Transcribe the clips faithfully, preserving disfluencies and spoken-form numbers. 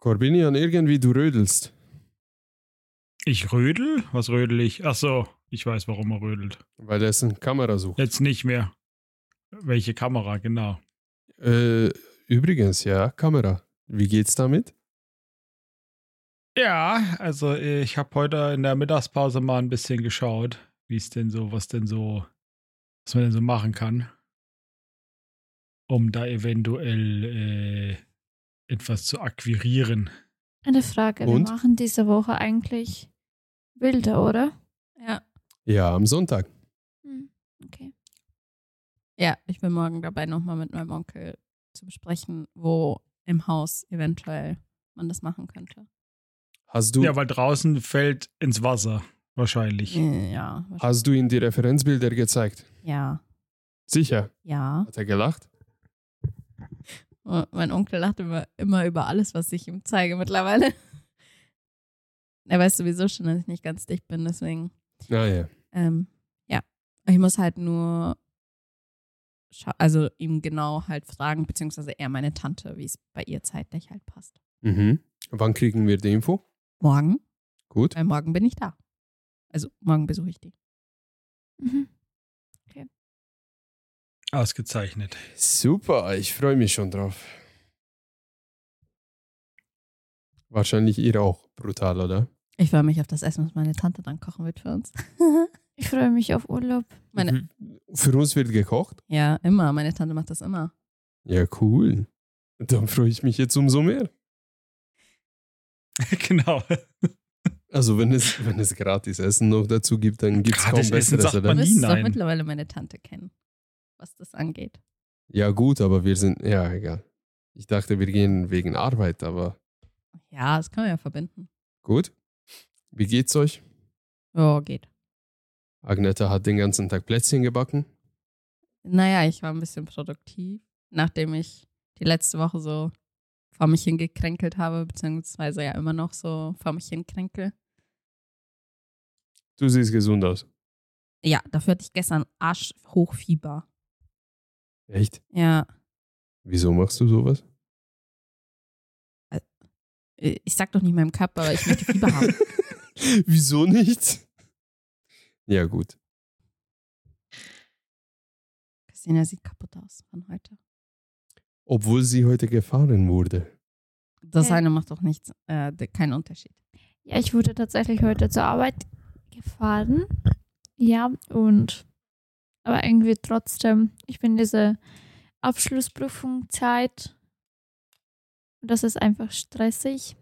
Corbinian, irgendwie du rödelst. Ich rödel? Was rödel ich? Ach so, ich weiß, warum er rödelt. Weil er eine Kamera sucht. Jetzt nicht mehr. Welche Kamera, genau. Äh, übrigens, ja, Kamera. Wie geht's damit? Ja, also ich habe heute in der Mittagspause mal ein bisschen geschaut, wie es denn so, was denn so, was man denn so machen kann, um da eventuell äh, etwas zu akquirieren. Eine Frage, Und? wir machen diese Woche eigentlich Bilder, oder? Ja. Ja, am Sonntag. Hm, okay. Ja, ich bin morgen dabei, nochmal mit meinem Onkel zu besprechen, wo im Haus eventuell man das machen könnte. Hast du, Ja, weil draußen fällt ins Wasser, wahrscheinlich. Ja. hast du ihm die Referenzbilder gezeigt? Ja. Sicher? Ja. Hat er gelacht? Mein Onkel lacht immer, immer über alles, was ich ihm zeige mittlerweile. Er weiß sowieso schon, dass ich nicht ganz dicht bin, deswegen. Ah ja. Ähm, ja. Ich muss halt nur scha- also ihm genau halt fragen, beziehungsweise eher meine Tante, wie es bei ihr zeitlich halt passt. Mhm. Wann kriegen wir die Info? Morgen? Gut. Weil morgen bin ich da. Also morgen besuche ich die. Mhm. Ausgezeichnet. Super, ich freue mich schon drauf. Wahrscheinlich ihr auch brutal, oder? Ich freue mich auf das Essen, was meine Tante dann kochen wird für uns. Ich freue mich auf Urlaub. Meine, Für uns wird gekocht? ja, immer. Meine Tante macht das immer. Ja, cool. Dann freue ich mich jetzt umso mehr. Genau. Also wenn es, wenn es gratis Essen noch dazu gibt, dann gibt es kaum Gratis Essen Besseres, sagt oder? man Du nie müsstest doch nein. mittlerweile meine Tante kennen, was das angeht. Ja gut, aber wir sind, ja egal. Ich dachte, wir gehen wegen Arbeit, aber Ja, das kann man ja verbinden. gut. Wie geht's euch? Ja, geht. Agneta hat den ganzen Tag Plätzchen gebacken. Naja, ich war ein bisschen produktiv, nachdem ich die letzte Woche so vor mich hingekränkelt habe, beziehungsweise ja immer noch so vor mich hinkränkel. Du siehst gesund aus. Ja, dafür hatte ich gestern Arschhochfieber. Echt? Ja, Wieso machst du sowas? ich sag doch nicht meinem Körper, aber ich möchte Fieber haben. Wieso nicht? Ja gut. Christina sieht kaputt aus von heute. Obwohl sie heute gefahren wurde. Das Ja. eine macht doch nichts, äh, keinen Unterschied. Ja, ich wurde tatsächlich heute zur Arbeit gefahren. Ja, und aber irgendwie trotzdem, ich bin diese Abschlussprüfungszeit. Das ist einfach stressig.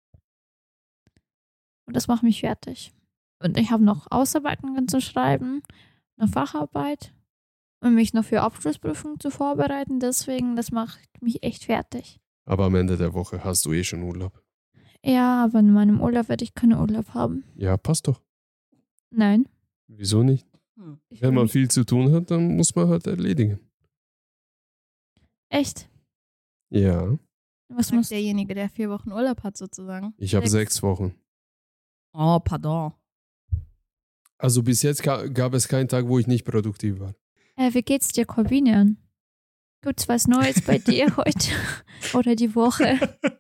Und das macht mich fertig. Und ich habe noch Ausarbeitungen zu schreiben, eine Facharbeit und mich noch für Abschlussprüfungen zu vorbereiten. Deswegen, das macht mich echt fertig. Aber am Ende der Woche hast du eh schon Urlaub. Ja, aber in meinem Urlaub werde ich keinen Urlaub haben. Ja, passt doch. Nein. Wieso nicht? Hm. Ich Wenn will man mich- viel zu tun hat, dann muss man halt erledigen. Echt? Ja, Was muss derjenige, der vier Wochen Urlaub hat, sozusagen? ich habe Sechs. sechs Wochen. Oh, pardon. Also bis jetzt ga- gab es keinen Tag, wo ich nicht produktiv war. Äh, wie geht's dir, Corbinian? Gibt's was Neues bei dir heute? Oder die Woche?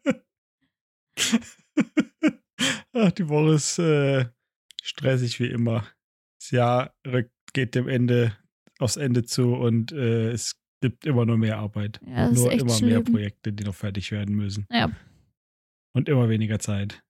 Ach, die Woche ist äh, stressig wie immer. Das Jahr rückt, geht dem Ende aufs Ende zu und äh, es gibt immer nur mehr Arbeit. Ja, das ist Nur echt immer mehr schlimm. Projekte, die noch fertig werden müssen. Ja. Und immer weniger Zeit.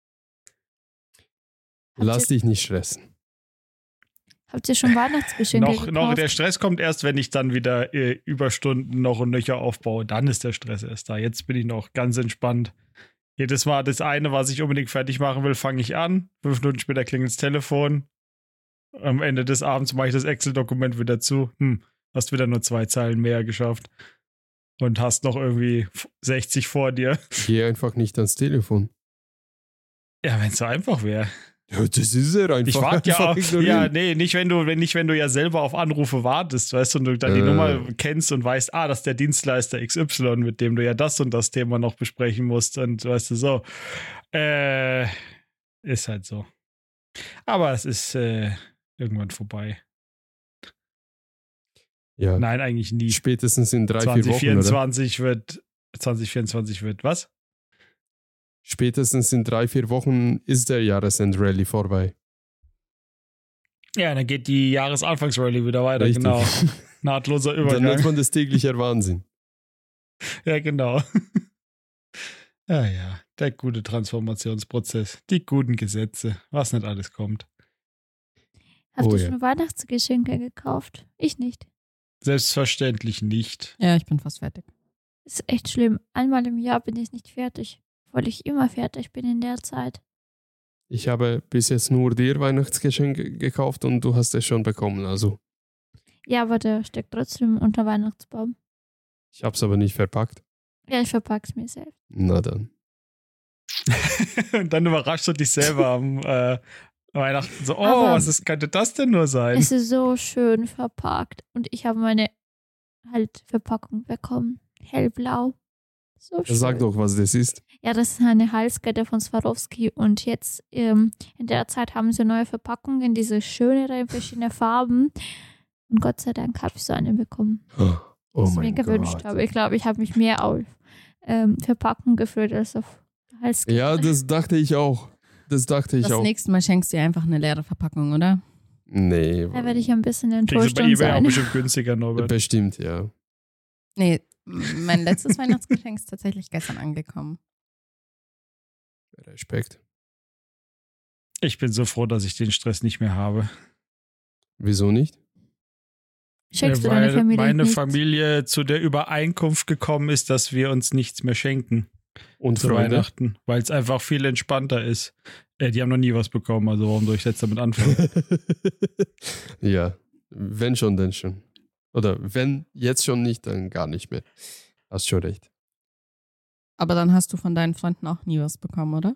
Habt Lass ihr, dich nicht stressen. habt ihr schon Weihnachtsgeschenke Noch, gekauft? noch, der Stress kommt erst, wenn ich dann wieder äh, Überstunden noch und nöcher aufbaue. Dann ist der Stress erst da. Jetzt bin ich noch ganz entspannt. Jedes Mal das eine, was ich unbedingt fertig machen will, fange ich an. Fünf Minuten später klingelt das Telefon. Am Ende des Abends mache ich das Excel-Dokument wieder zu. Hm, hast wieder nur zwei Zeilen mehr geschafft. Und hast noch irgendwie sechzig vor dir. Geh einfach nicht ans Telefon. Ja, wenn es so einfach wäre. Ja, das ist er einfach. Ich warte ja einfach auch, ignorieren. ja, nee, nicht wenn du, wenn nicht, wenn du ja selber auf Anrufe wartest, weißt du, und du dann die Äh. Nummer kennst und weißt, ah, das ist der Dienstleister X Y, mit dem du ja das und das Thema noch besprechen musst und weißt du so. Äh, ist halt so. Aber es ist äh, irgendwann vorbei. Ja, Nein, eigentlich nie. spätestens in drei, vier zwanzig Wochen, oder? vierundzwanzig wird, zwanzig vierundzwanzig wird, was? Spätestens in drei, vier Wochen ist der Jahresend-Rally vorbei. Ja, dann geht die Jahresanfangsrally wieder weiter, Richtig. genau. Nahtloser Dann nennt Übergang. man das täglicher Wahnsinn. Ja, genau. Ja, ja, der gute Transformationsprozess, die guten Gesetze, was nicht alles kommt. Hast Oh du ja. schon Weihnachtsgeschenke gekauft? Ich nicht. Selbstverständlich nicht. Ja, ich bin fast fertig. Ist echt schlimm. Einmal im Jahr bin ich nicht fertig, weil ich immer fertig bin in der Zeit. Ich habe bis jetzt nur dir Weihnachtsgeschenke gekauft und du hast es schon bekommen. Also Ja, aber der steckt trotzdem unter Weihnachtsbaum. ich habe es aber nicht verpackt. Ja, ich verpack's mir selbst. Na dann. Und dann überraschst du dich selber am äh, Weihnachten so, oh, Aber- was ist, könnte das denn nur sein? Es ist so schön verpackt und ich habe meine halt Verpackung bekommen. Hellblau. So schön. Sag doch, was das ist. Ja, das ist eine Halskette von Swarovski und jetzt ähm, in der Zeit haben sie neue Verpackungen, diese schönere in verschiedene Farben. Und Gott sei Dank habe ich so eine bekommen, Oh was ich mein mir gewünscht Gott. habe. Ich glaube, ich habe mich mehr auf ähm, Verpackung gefreut als auf Halskette. Ja, das dachte ich auch. Das dachte ich Das auch. nächste Mal schenkst du dir einfach eine leere Verpackung, oder? Nee, Da werde ich ein bisschen Kriegst du enttäuscht bei und eBay auch sein. bestimmt günstiger, Norbert. bestimmt, ja. Nee, mein letztes Weihnachtsgeschenk ist tatsächlich gestern angekommen. Respekt. Ich bin so froh, dass ich den Stress nicht mehr habe. Wieso nicht? Schenkst du Weil deine Familie meine nicht? Familie zu der Übereinkunft gekommen ist, dass wir uns nichts mehr schenken Und zu Freunde? Weihnachten, weil es einfach viel entspannter ist. Äh, die haben noch nie was bekommen, also warum soll ich jetzt damit anfangen? Ja, wenn schon, dann schon. Oder wenn jetzt schon nicht, dann gar nicht mehr. Hast schon recht. Aber dann hast du von deinen Freunden auch nie was bekommen, oder?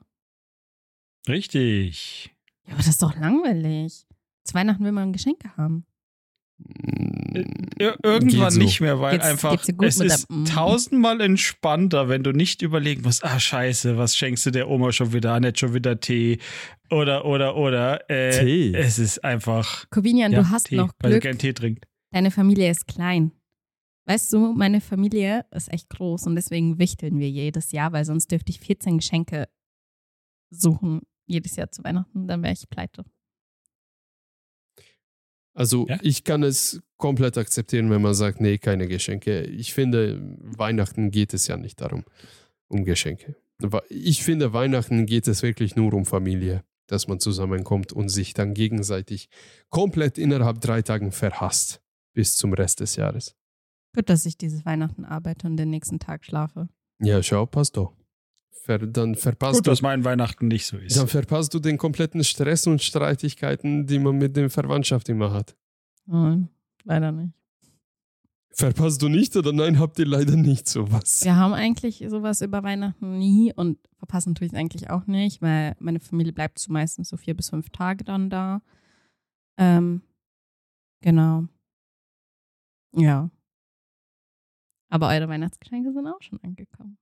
Richtig. Ja, aber das ist doch langweilig. Zu Weihnachten will man Geschenke haben. Ir irgendwann Geht so. nicht mehr, weil Geht's- einfach geht's dir gut es mit ist der- Mm. tausendmal entspannter, wenn du nicht überlegen musst, ah scheiße, was schenkst du der Oma schon wieder an, jetzt schon wieder Tee oder, oder, oder. Äh, Tee? Es ist einfach, Corbinian, ja, du hast Tee, noch weil sie Glück. gern Tee trinkt. Deine Familie ist klein. Weißt du, meine Familie ist echt groß und deswegen wichteln wir jedes Jahr, weil sonst dürfte ich vierzehn Geschenke suchen jedes Jahr zu Weihnachten, dann wäre ich pleite. Also Ja? ich kann es komplett akzeptieren, wenn man sagt, nee, keine Geschenke. Ich finde, Weihnachten geht es ja nicht darum, um Geschenke. Wa- Ich finde, Weihnachten geht es wirklich nur um Familie, dass man zusammenkommt und sich dann gegenseitig komplett innerhalb drei Tagen verhasst bis zum Rest des Jahres. Gut, dass ich dieses Weihnachten arbeite und den nächsten Tag schlafe. Ja, schau, passt doch. Ver, dann, verpasst Gut, du, dass mein Weihnachten nicht so ist. dann verpasst du den kompletten Stress und Streitigkeiten, die man mit der Verwandtschaft immer hat. Nein, leider nicht. Verpasst du nicht oder nein, habt ihr leider nicht sowas? Wir haben eigentlich sowas über Weihnachten nie und verpassen tue ich es eigentlich auch nicht, weil meine Familie bleibt so meistens so vier bis fünf Tage dann da. Ähm, genau. Ja. Aber eure Weihnachtsgeschenke sind auch schon angekommen.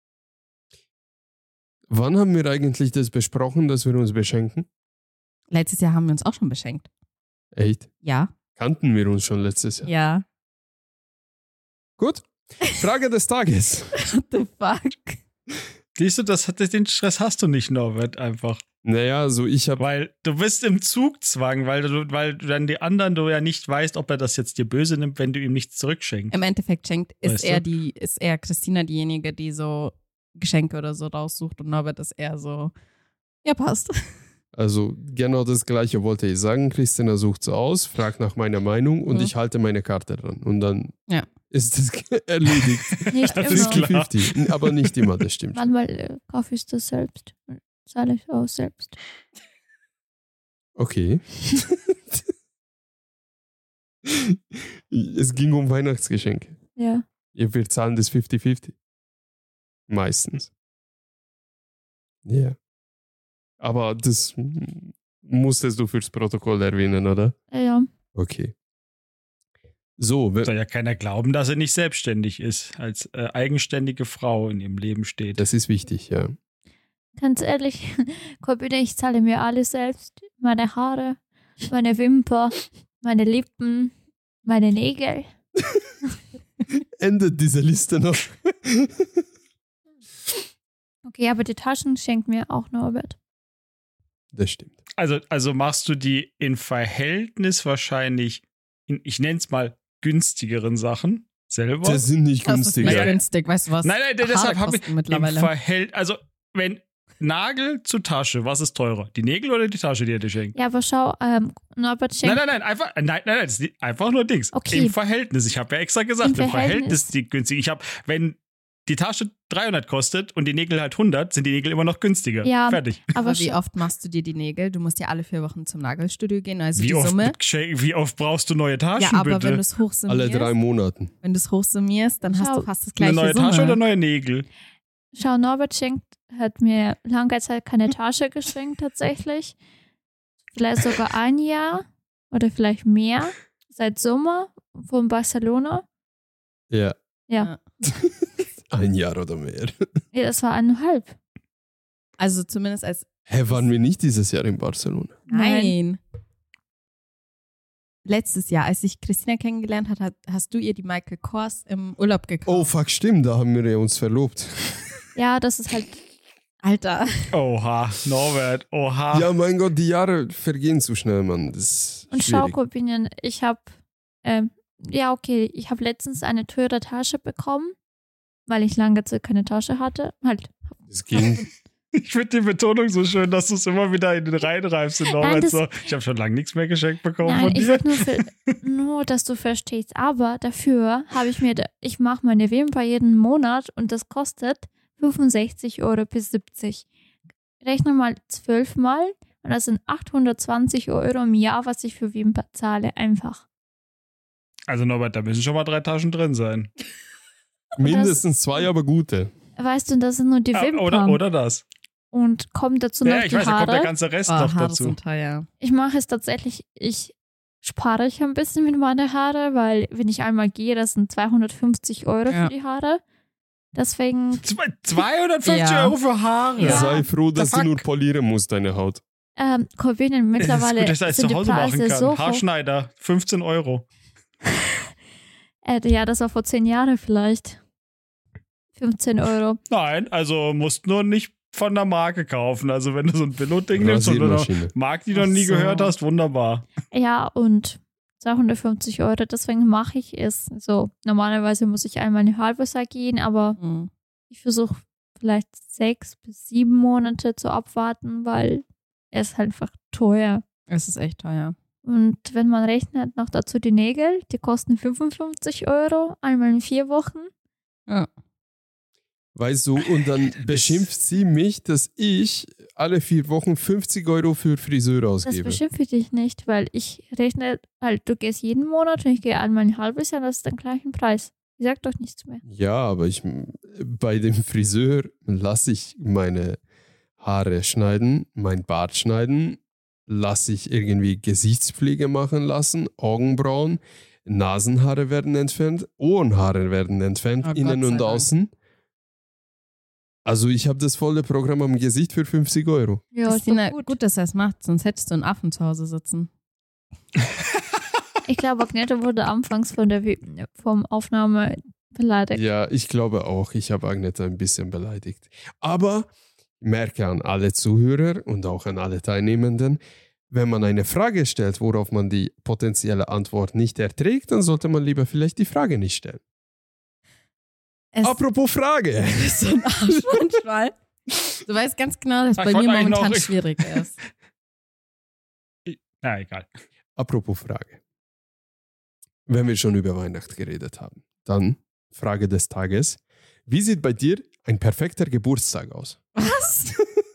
Wann haben wir eigentlich das besprochen, dass wir uns beschenken? Letztes Jahr haben wir uns auch schon beschenkt. Echt? Ja. Kannten wir uns schon letztes Jahr? Ja. Gut. Frage des Tages. What the fuck? Siehst du, das hat, den Stress hast du nicht, Norbert, einfach. Naja, also ich habe... Weil du bist im Zugzwang, weil du, weil du dann die anderen du ja nicht weißt, ob er das jetzt dir böse nimmt, wenn du ihm nichts zurückschenkst. Im Endeffekt schenkt, ist Weißt du? er die, ist eher Christina diejenige, die so Geschenke oder so raussucht und Norbert ist eher so, ja, passt. Also genau das Gleiche wollte ich sagen. Christina sucht es aus, fragt nach meiner Meinung und Mhm. ich halte meine Karte dran. Und dann Ja. ist es erledigt. Nicht Das ist immer. klar. fünfzig fünfzig. Aber nicht immer, das stimmt. Manchmal äh, kaufe ich das selbst. Zahle ich auch selbst. Okay. Es ging um Weihnachtsgeschenke. Ja. Wir zahlen das fünfzig fünfzig. Meistens. Ja. Aber das musstest du fürs Protokoll erwähnen, oder? Ja. Okay. So, we- Soll ja keiner glauben, dass er nicht selbstständig ist, als äh, eigenständige Frau in ihrem Leben steht. das ist wichtig, ja. Ganz ehrlich, Corbinian, ich zahle mir alles selbst. Meine Haare, meine Wimper, meine Lippen, meine Nägel. Endet diese Liste noch. Okay, aber die Taschen schenkt mir auch Norbert. Das stimmt. Also, also machst du die in Verhältnis wahrscheinlich, in, ich nenne es mal, günstigeren Sachen selber? Das sind nicht Das ist nicht günstiger. günstig, weißt du was? Nein, nein, deshalb habe ich kosten im mittlerweile. Verhältnis, also wenn Nagel zu Tasche, was ist teurer? Die Nägel oder die Tasche, die er dir schenkt? Ja, aber schau, ähm, Norbert schenkt. Nein, nein, nein, einfach, nein, nein, nein, das ist einfach nur Dings. Okay. Im Verhältnis. Ich habe ja extra gesagt, Im im, Verhältnis. Verhältnis die günstig. Ich habe, wenn die Tasche dreihundert kostet und die Nägel halt hundert, sind die Nägel immer noch günstiger. Ja, Fertig. aber Aber wie schau- oft machst du dir die Nägel? Du musst ja alle vier Wochen zum Nagelstudio gehen, also Wie die oft, Summe. schenk- wie oft brauchst du neue Taschen, Ja, aber bitte? wenn du es hochsummierst, Alle drei Monate. wenn du es hochsummierst, dann hast Schau, du fast das Eine gleiche neue Summe. Tasche oder neue Nägel? Schau, Norbert schenkt, hat mir lange Zeit keine Tasche geschenkt tatsächlich. Vielleicht sogar ein Jahr oder vielleicht mehr. Seit Sommer von Barcelona. Ja. Ja. Ein Jahr oder mehr. Ja, das war eineinhalb. Also zumindest als Hä, waren wir nicht dieses Jahr in Barcelona? Nein. Letztes Jahr, als ich Christina kennengelernt hat, hat, hast du ihr die Michael Kors im Urlaub gekauft. Oh, fuck, stimmt, da haben wir ja uns verlobt. Ja, das ist halt. Alter. Oha, Norbert, oha. Ja, mein Gott, die Jahre vergehen zu schnell, Mann. Das ist Und schau, schwierig. Corbinian, ich habe. Ähm, ja, okay, ich habe letztens eine teure Tasche bekommen, weil ich lange Zeit keine Tasche hatte. Halt. Es ging. Ich finde die Betonung so schön, dass du es immer wieder in den reinreibst, in Norbert. das- So. Ich habe schon lange nichts mehr geschenkt bekommen Nein, von ich dir. wollte nur, für, nur, dass du verstehst. Aber dafür habe ich mir, da- ich mache meine Wimper jeden Monat und das kostet fünfundsechzig Euro bis siebzig. Rechne mal zwölfmal und das sind achthundertzwanzig Euro im Jahr, was ich für Wimper zahle. Einfach. Also Norbert, da müssen schon mal drei Taschen drin sein. Mindestens zwei, aber gute. Weißt du, das sind nur die Ja, Wimpern. oder, oder das. Und kommt dazu noch Ja, ich die weiß, da kommt der Haare. ganze Rest Oh, noch Haare dazu. sind teuer. Ich mache es tatsächlich, ich spare ich ein bisschen mit meinen Haare, weil wenn ich einmal gehe, das sind zweihundertfünfzig Euro Ja. für die Haare. Deswegen, Zwei- zweihundertfünfzig Ja. Euro für Haare. Ja. Sei froh, dass The du nur fuck? polieren musst, deine Haut. ähm, Corbinian, Das ist mittlerweile gut, dass ich das sind zu die Hause machen Preise kann. so hoch. Haarschneider, fünfzehn Euro. Äh, ja, das war vor zehn Jahren vielleicht. fünfzehn Euro. Nein, also musst nur nicht von der Marke kaufen. Also wenn du so ein Billo-Ding nimmst und du noch Rasiermaschine. Marke, die du noch Ach nie so. gehört hast, wunderbar. Ja, und zweihundertfünfzig Euro, deswegen mache ich es so. Normalerweise muss ich einmal eine halbe Jahr gehen, aber Mhm. ich versuche vielleicht sechs bis sieben Monate zu abwarten, weil es ist halt einfach teuer. Es ist echt teuer. Und wenn man rechnet, noch dazu die Nägel, die kosten fünfundfünfzig Euro, einmal in vier Wochen. Ja. Weißt du, und dann beschimpft sie mich, dass ich alle vier Wochen fünfzig Euro für Friseur Das ausgebe. beschimpfe ich dich nicht, weil ich rechne halt, du gehst jeden Monat und ich gehe einmal ein halbes Jahr, das ist den gleichen Preis. Ich sag doch nichts mehr. Ja, aber ich bei dem Friseur lasse ich meine Haare schneiden, mein Bart schneiden, lasse ich irgendwie Gesichtspflege machen lassen, Augenbrauen, Nasenhaare werden entfernt, Ohrenhaare werden entfernt, Oh, Gott innen sei und Dank. außen. Also ich habe das volle Programm am Gesicht für fünfzig Euro. Ja, ist Christina, doch gut. gut. dass er es macht, sonst hättest du einen Affen zu Hause sitzen. Ich glaube, Agneta wurde anfangs von der Vi- vom Aufnahme beleidigt. Ja, ich glaube auch, ich habe Agneta ein bisschen beleidigt. Aber ich merke an alle Zuhörer und auch an alle Teilnehmenden, wenn man eine Frage stellt, worauf man die potenzielle Antwort nicht erträgt, dann sollte man lieber vielleicht die Frage nicht stellen. Es Apropos Frage. ist so ein Arsch manchmal. Du weißt ganz genau, dass Ah, bei ich mir wollte eigentlich momentan noch- schwierig ist. Na, egal. Apropos Frage. Wenn wir schon über Weihnachten geredet haben, dann Frage des Tages. Wie sieht bei dir ein perfekter Geburtstag aus? Was?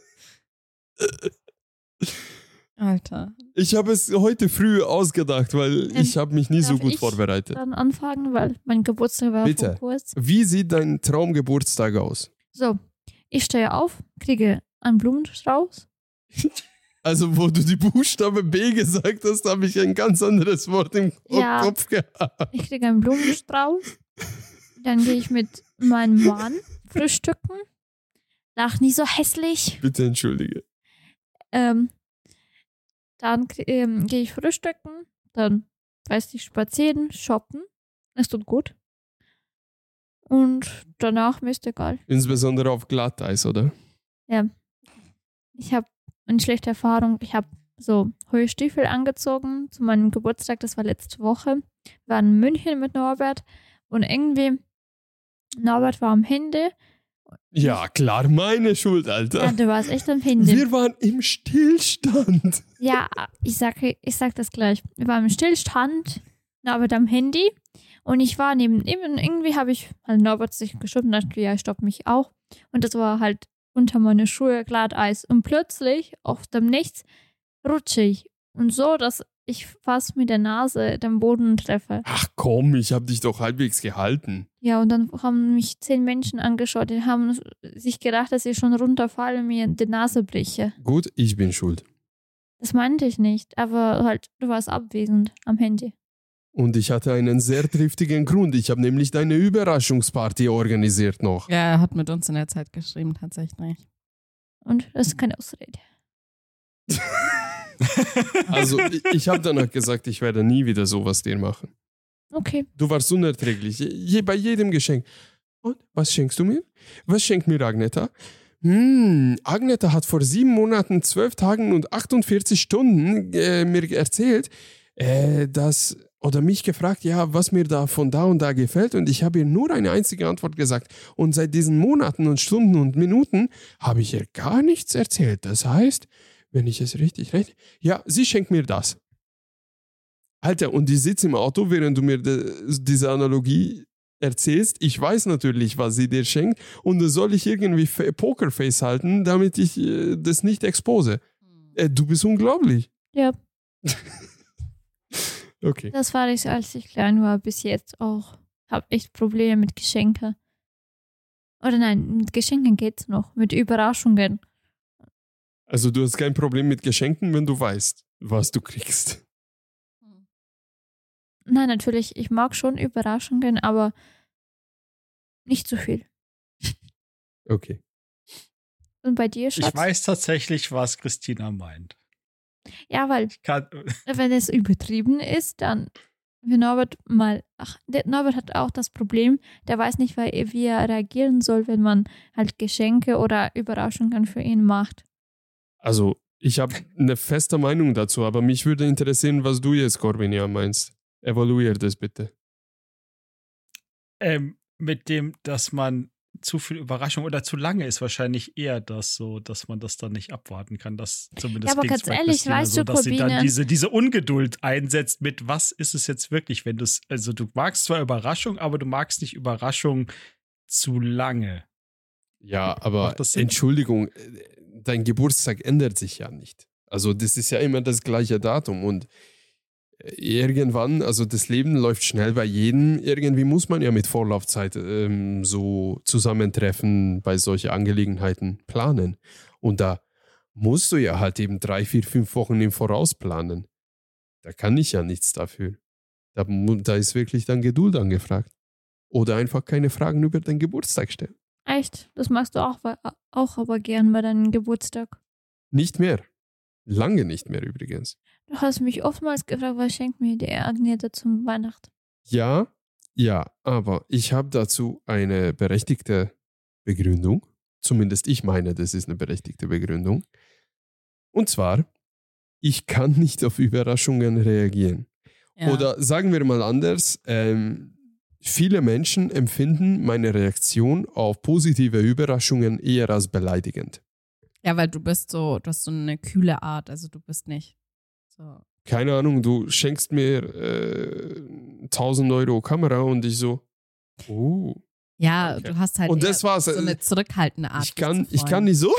Alter. Ich habe es heute früh ausgedacht, weil Ähm, ich habe mich nie so darf gut ich vorbereitet. Dann anfangen, weil mein Geburtstag war Bitte. vor kurz. Wie sieht dein Traumgeburtstag aus? So, ich stehe auf, kriege einen Blumenstrauß. Also, wo du die Buchstabe B gesagt hast, habe ich ein ganz anderes Wort im Ko- Ja. Kopf gehabt. Ich kriege einen Blumenstrauß. Dann gehe ich mit meinem Mann frühstücken. Lach nicht so hässlich. Bitte entschuldige. Ähm, dann krie- ähm, gehe ich frühstücken. Dann, weiß ich, spazieren, shoppen. Es tut gut. Und danach mir ist egal. Insbesondere auf Glatteis, oder? Ja. Ich habe eine schlechte Erfahrung. Ich habe so hohe Stiefel angezogen zu meinem Geburtstag. Das war letzte Woche. Wir waren in München mit Norbert und irgendwie Norbert war am Handy. Ja, klar, meine Schuld, Alter. Ja, du warst echt am Handy. Wir waren im Stillstand. Ja, ich sag, ich sag das gleich. Wir waren im Stillstand, Norbert am Handy und ich war neben ihm und irgendwie habe ich halt Norbert sich gestoppt und dachte, ja, ich stopp mich auch. Und das war halt unter meine Schuhe Glatteis. Und plötzlich, aus dem Nichts, rutsche ich. Und so, dass ich fast mit der Nase den Boden treffe. Ach komm, ich hab dich doch halbwegs gehalten. Ja, und dann haben mich zehn Menschen angeschaut, die haben sich gedacht, dass ich schon runterfalle und mir die Nase breche. Gut, ich bin schuld. Das meinte ich nicht, aber halt, du warst abwesend am Handy. Und ich hatte einen sehr triftigen Grund. Ich habe nämlich deine Überraschungsparty organisiert noch. Ja, er hat mit uns in der Zeit geschrieben, tatsächlich. Und das ist keine Ausrede. Also ich, ich habe danach gesagt, ich werde nie wieder sowas dir machen. Okay. Du warst unerträglich. Je, bei jedem Geschenk. Und was schenkst du mir? Was schenkt mir Agneta? Hm, Agneta hat vor sieben Monaten, zwölf Tagen und achtundvierzig Stunden äh, mir erzählt, äh, dass, oder mich gefragt, ja, was mir da von da und da gefällt. Und ich habe ihr nur eine einzige Antwort gesagt. Und seit diesen Monaten und Stunden und Minuten habe ich ihr gar nichts erzählt. Das heißt, wenn ich es richtig rechne, ja, sie schenkt mir das. Alter, und ich sitze im Auto, während du mir de, diese Analogie erzählst. Ich weiß natürlich, was sie dir schenkt. Und das soll ich irgendwie Pokerface halten, damit ich äh, das nicht expose. Äh, du bist unglaublich. Ja. Okay. Das war ich, als ich klein war, bis jetzt auch. Hab echt Probleme mit Geschenken. Oder nein, mit Geschenken geht's noch. Mit Überraschungen. Also du hast kein Problem mit Geschenken, wenn du weißt, was du kriegst. Nein, natürlich, ich mag schon Überraschungen, aber nicht zu viel. Okay. Und bei dir, Schatz? Ich weiß tatsächlich, was Christina meint. Ja, weil Ich kann, wenn es übertrieben ist, dann wie Norbert mal, ach, der Norbert hat auch das Problem, der weiß nicht, wie er reagieren soll, wenn man halt Geschenke oder Überraschungen für ihn macht. Also, ich habe eine feste Meinung dazu, aber mich würde interessieren, was du jetzt, Corvinia, meinst. Evaluier das bitte. ähm, mit dem, dass man zu viel Überraschung oder zu lange ist wahrscheinlich eher das so, dass man das dann nicht abwarten kann. Das zumindest Ja, aber klingt's ganz bei ehrlich, Christina weißt so, du, dass sie dann Corbine- diese, diese Ungeduld einsetzt mit, was ist es jetzt wirklich, wenn du es, also du magst zwar Überraschung, aber du magst nicht Überraschung zu lange. Ja, aber Macht das Sinn? Entschuldigung, dein Geburtstag ändert sich ja nicht. Also das ist ja immer das gleiche Datum und irgendwann, also das Leben läuft schnell bei jedem, irgendwie muss man ja mit Vorlaufzeit ähm, so Zusammentreffen bei solchen Angelegenheiten planen. Und da musst du ja halt eben drei, vier, fünf Wochen im Voraus planen. Da kann ich ja nichts dafür. Da, da ist wirklich dann Geduld angefragt. Oder einfach keine Fragen über deinen Geburtstag stellen. Echt? Das machst du auch, auch aber gern bei deinem Geburtstag. Nicht mehr. Lange nicht mehr übrigens. Du hast mich oftmals gefragt, was schenkt mir die Agneta zum Weihnachten? Ja, ja, aber ich habe dazu eine berechtigte Begründung. Zumindest ich meine, das ist eine berechtigte Begründung. Und zwar, ich kann nicht auf Überraschungen reagieren. Ja. Oder sagen wir mal anders, ähm, viele Menschen empfinden meine Reaktion auf positive Überraschungen eher als beleidigend. Ja, weil du bist so, du hast so eine kühle Art, also du bist nicht so. Keine Ahnung, du schenkst mir äh, tausend Euro Kamera und ich so, oh. Ja, Okay. du hast halt Und eher das war's. so eine zurückhaltende Art. Ich dich kann, zu ich freuen. kann nicht so,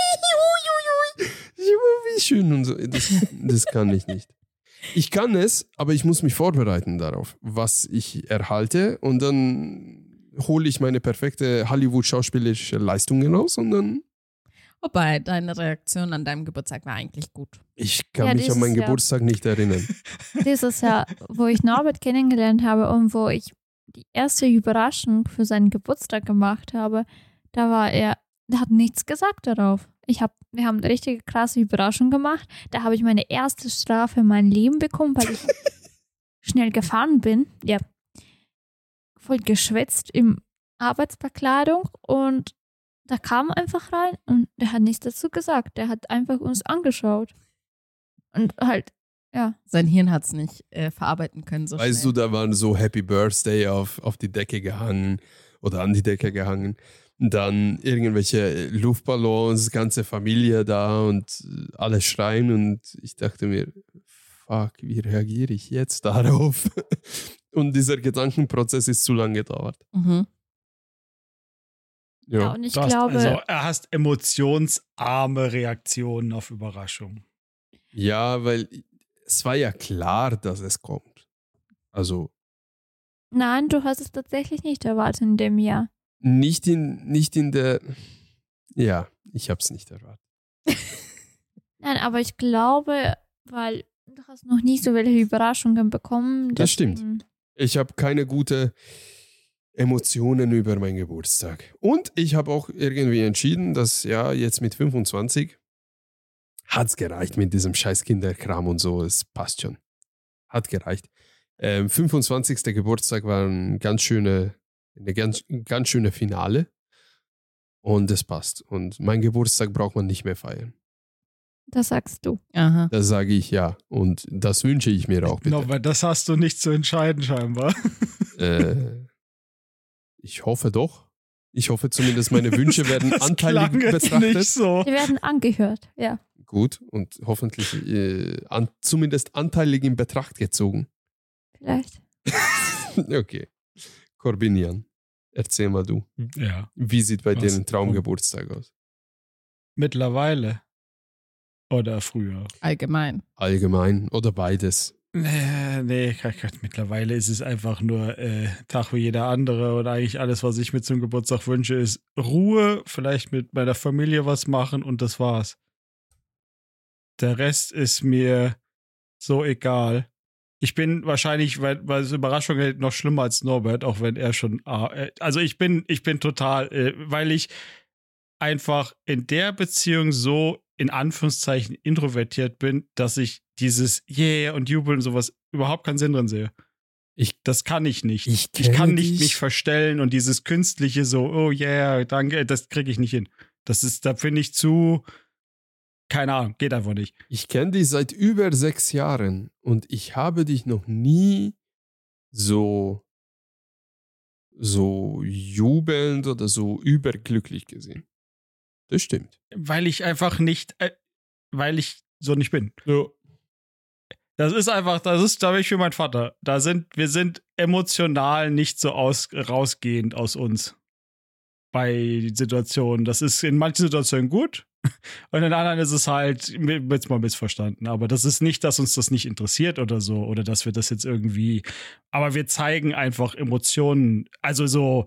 wie schön und so. Das, das kann ich nicht. Ich kann es, aber ich muss mich vorbereiten darauf, was ich erhalte und dann hole ich meine perfekte Hollywood-schauspielerische Leistungen raus und dann Wobei, deine Reaktion an deinem Geburtstag war eigentlich gut. ich kann Ja, mich an meinen dieses Jahr. Geburtstag nicht erinnern. Dieses Jahr, wo ich Norbert kennengelernt habe und wo ich die erste Überraschung für seinen Geburtstag gemacht habe, da war er, der hat nichts gesagt darauf. Ich hab, wir haben eine richtige krasse Überraschung gemacht. Da habe ich meine erste Strafe in meinem Leben bekommen, weil ich schnell gefahren bin. Ja, voll geschwitzt in Arbeitsbekleidung und der kam einfach rein und der hat nichts dazu gesagt. Der hat einfach uns angeschaut. Und halt, ja. Sein Hirn hat es nicht äh, verarbeiten können so Weißt schnell. du, da waren so Happy Birthday auf, auf die Decke gehangen oder an die Decke gehangen. Dann irgendwelche Luftballons, ganze Familie da und alle schreien. Und ich dachte mir, fuck, wie reagiere ich jetzt darauf? Und dieser Gedankenprozess ist zu lange gedauert. Mhm. Ja, Ja. und ich Du hast glaube, also, er hast emotionsarme Reaktionen auf Überraschung. ja, weil es war ja klar, dass es kommt. Also nein, du hast es tatsächlich nicht erwartet in dem Jahr. nicht in, nicht in der... Ja, ich habe es nicht erwartet. Nein, aber ich glaube, weil du hast noch nie so welche Überraschungen bekommen. Das stimmt. deswegen- Ich habe keine gute Emotionen über meinen Geburtstag. Und ich habe auch irgendwie entschieden, dass ja, jetzt mit fünfundzwanzig hat es gereicht mit diesem scheiß Kinderkram und so. Es passt schon. Hat gereicht. Ähm, fünfundzwanzigster Geburtstag war ein ganz schöne, eine ganz, ganz schöne Finale. Und es passt. Und mein Geburtstag braucht man nicht mehr feiern. Das sagst du. Aha. Da sage ich ja. Und das wünsche ich mir auch bitte. No, weil das hast du nicht zu entscheiden scheinbar. Äh, ich hoffe doch. Ich hoffe zumindest, meine Wünsche werden das anteilig klang jetzt betrachtet. nicht so. Die werden angehört, ja. Gut, und hoffentlich äh, an, zumindest anteilig in Betracht gezogen. Vielleicht. Okay. Corbinian, erzähl mal du. Ja. Wie sieht bei dir Was? ein Traumgeburtstag aus? Mittlerweile. Oder früher. Allgemein. Allgemein oder beides? Nee, nee, mittlerweile ist es einfach nur äh, Tag wie jeder andere und eigentlich alles, was ich mir zum Geburtstag wünsche, ist Ruhe, vielleicht mit meiner Familie was machen und das war's. Der Rest ist mir so egal. Ich bin wahrscheinlich, weil, weil es Überraschung hält, noch schlimmer als Norbert, auch wenn er schon, ah, äh, also ich bin, ich bin total, äh, weil ich einfach in der Beziehung so in Anführungszeichen introvertiert bin, dass ich dieses Yeah und Jubeln und sowas überhaupt keinen Sinn drin sehe. Ich, Das kann ich nicht. ich, Ich kann kenne nicht dich. mich verstellen und dieses künstliche so, oh yeah, danke, das kriege ich nicht hin. Das ist, da finde ich zu, keine Ahnung, geht einfach nicht. Ich kenne dich seit über sechs Jahren und ich habe dich noch nie so, so jubelnd oder so überglücklich gesehen. Das stimmt. Weil ich einfach nicht, äh, weil ich so nicht bin. Ja. Das ist einfach, das ist, da bin ich für meinen Vater. Da sind, wir sind emotional nicht so aus, rausgehend aus uns. Bei Situationen. Das ist in manchen Situationen gut. Und in anderen ist es halt, jetzt mal missverstanden. Aber das ist nicht, dass uns das nicht interessiert oder so. Oder dass wir das jetzt irgendwie, aber wir zeigen einfach Emotionen. Also so,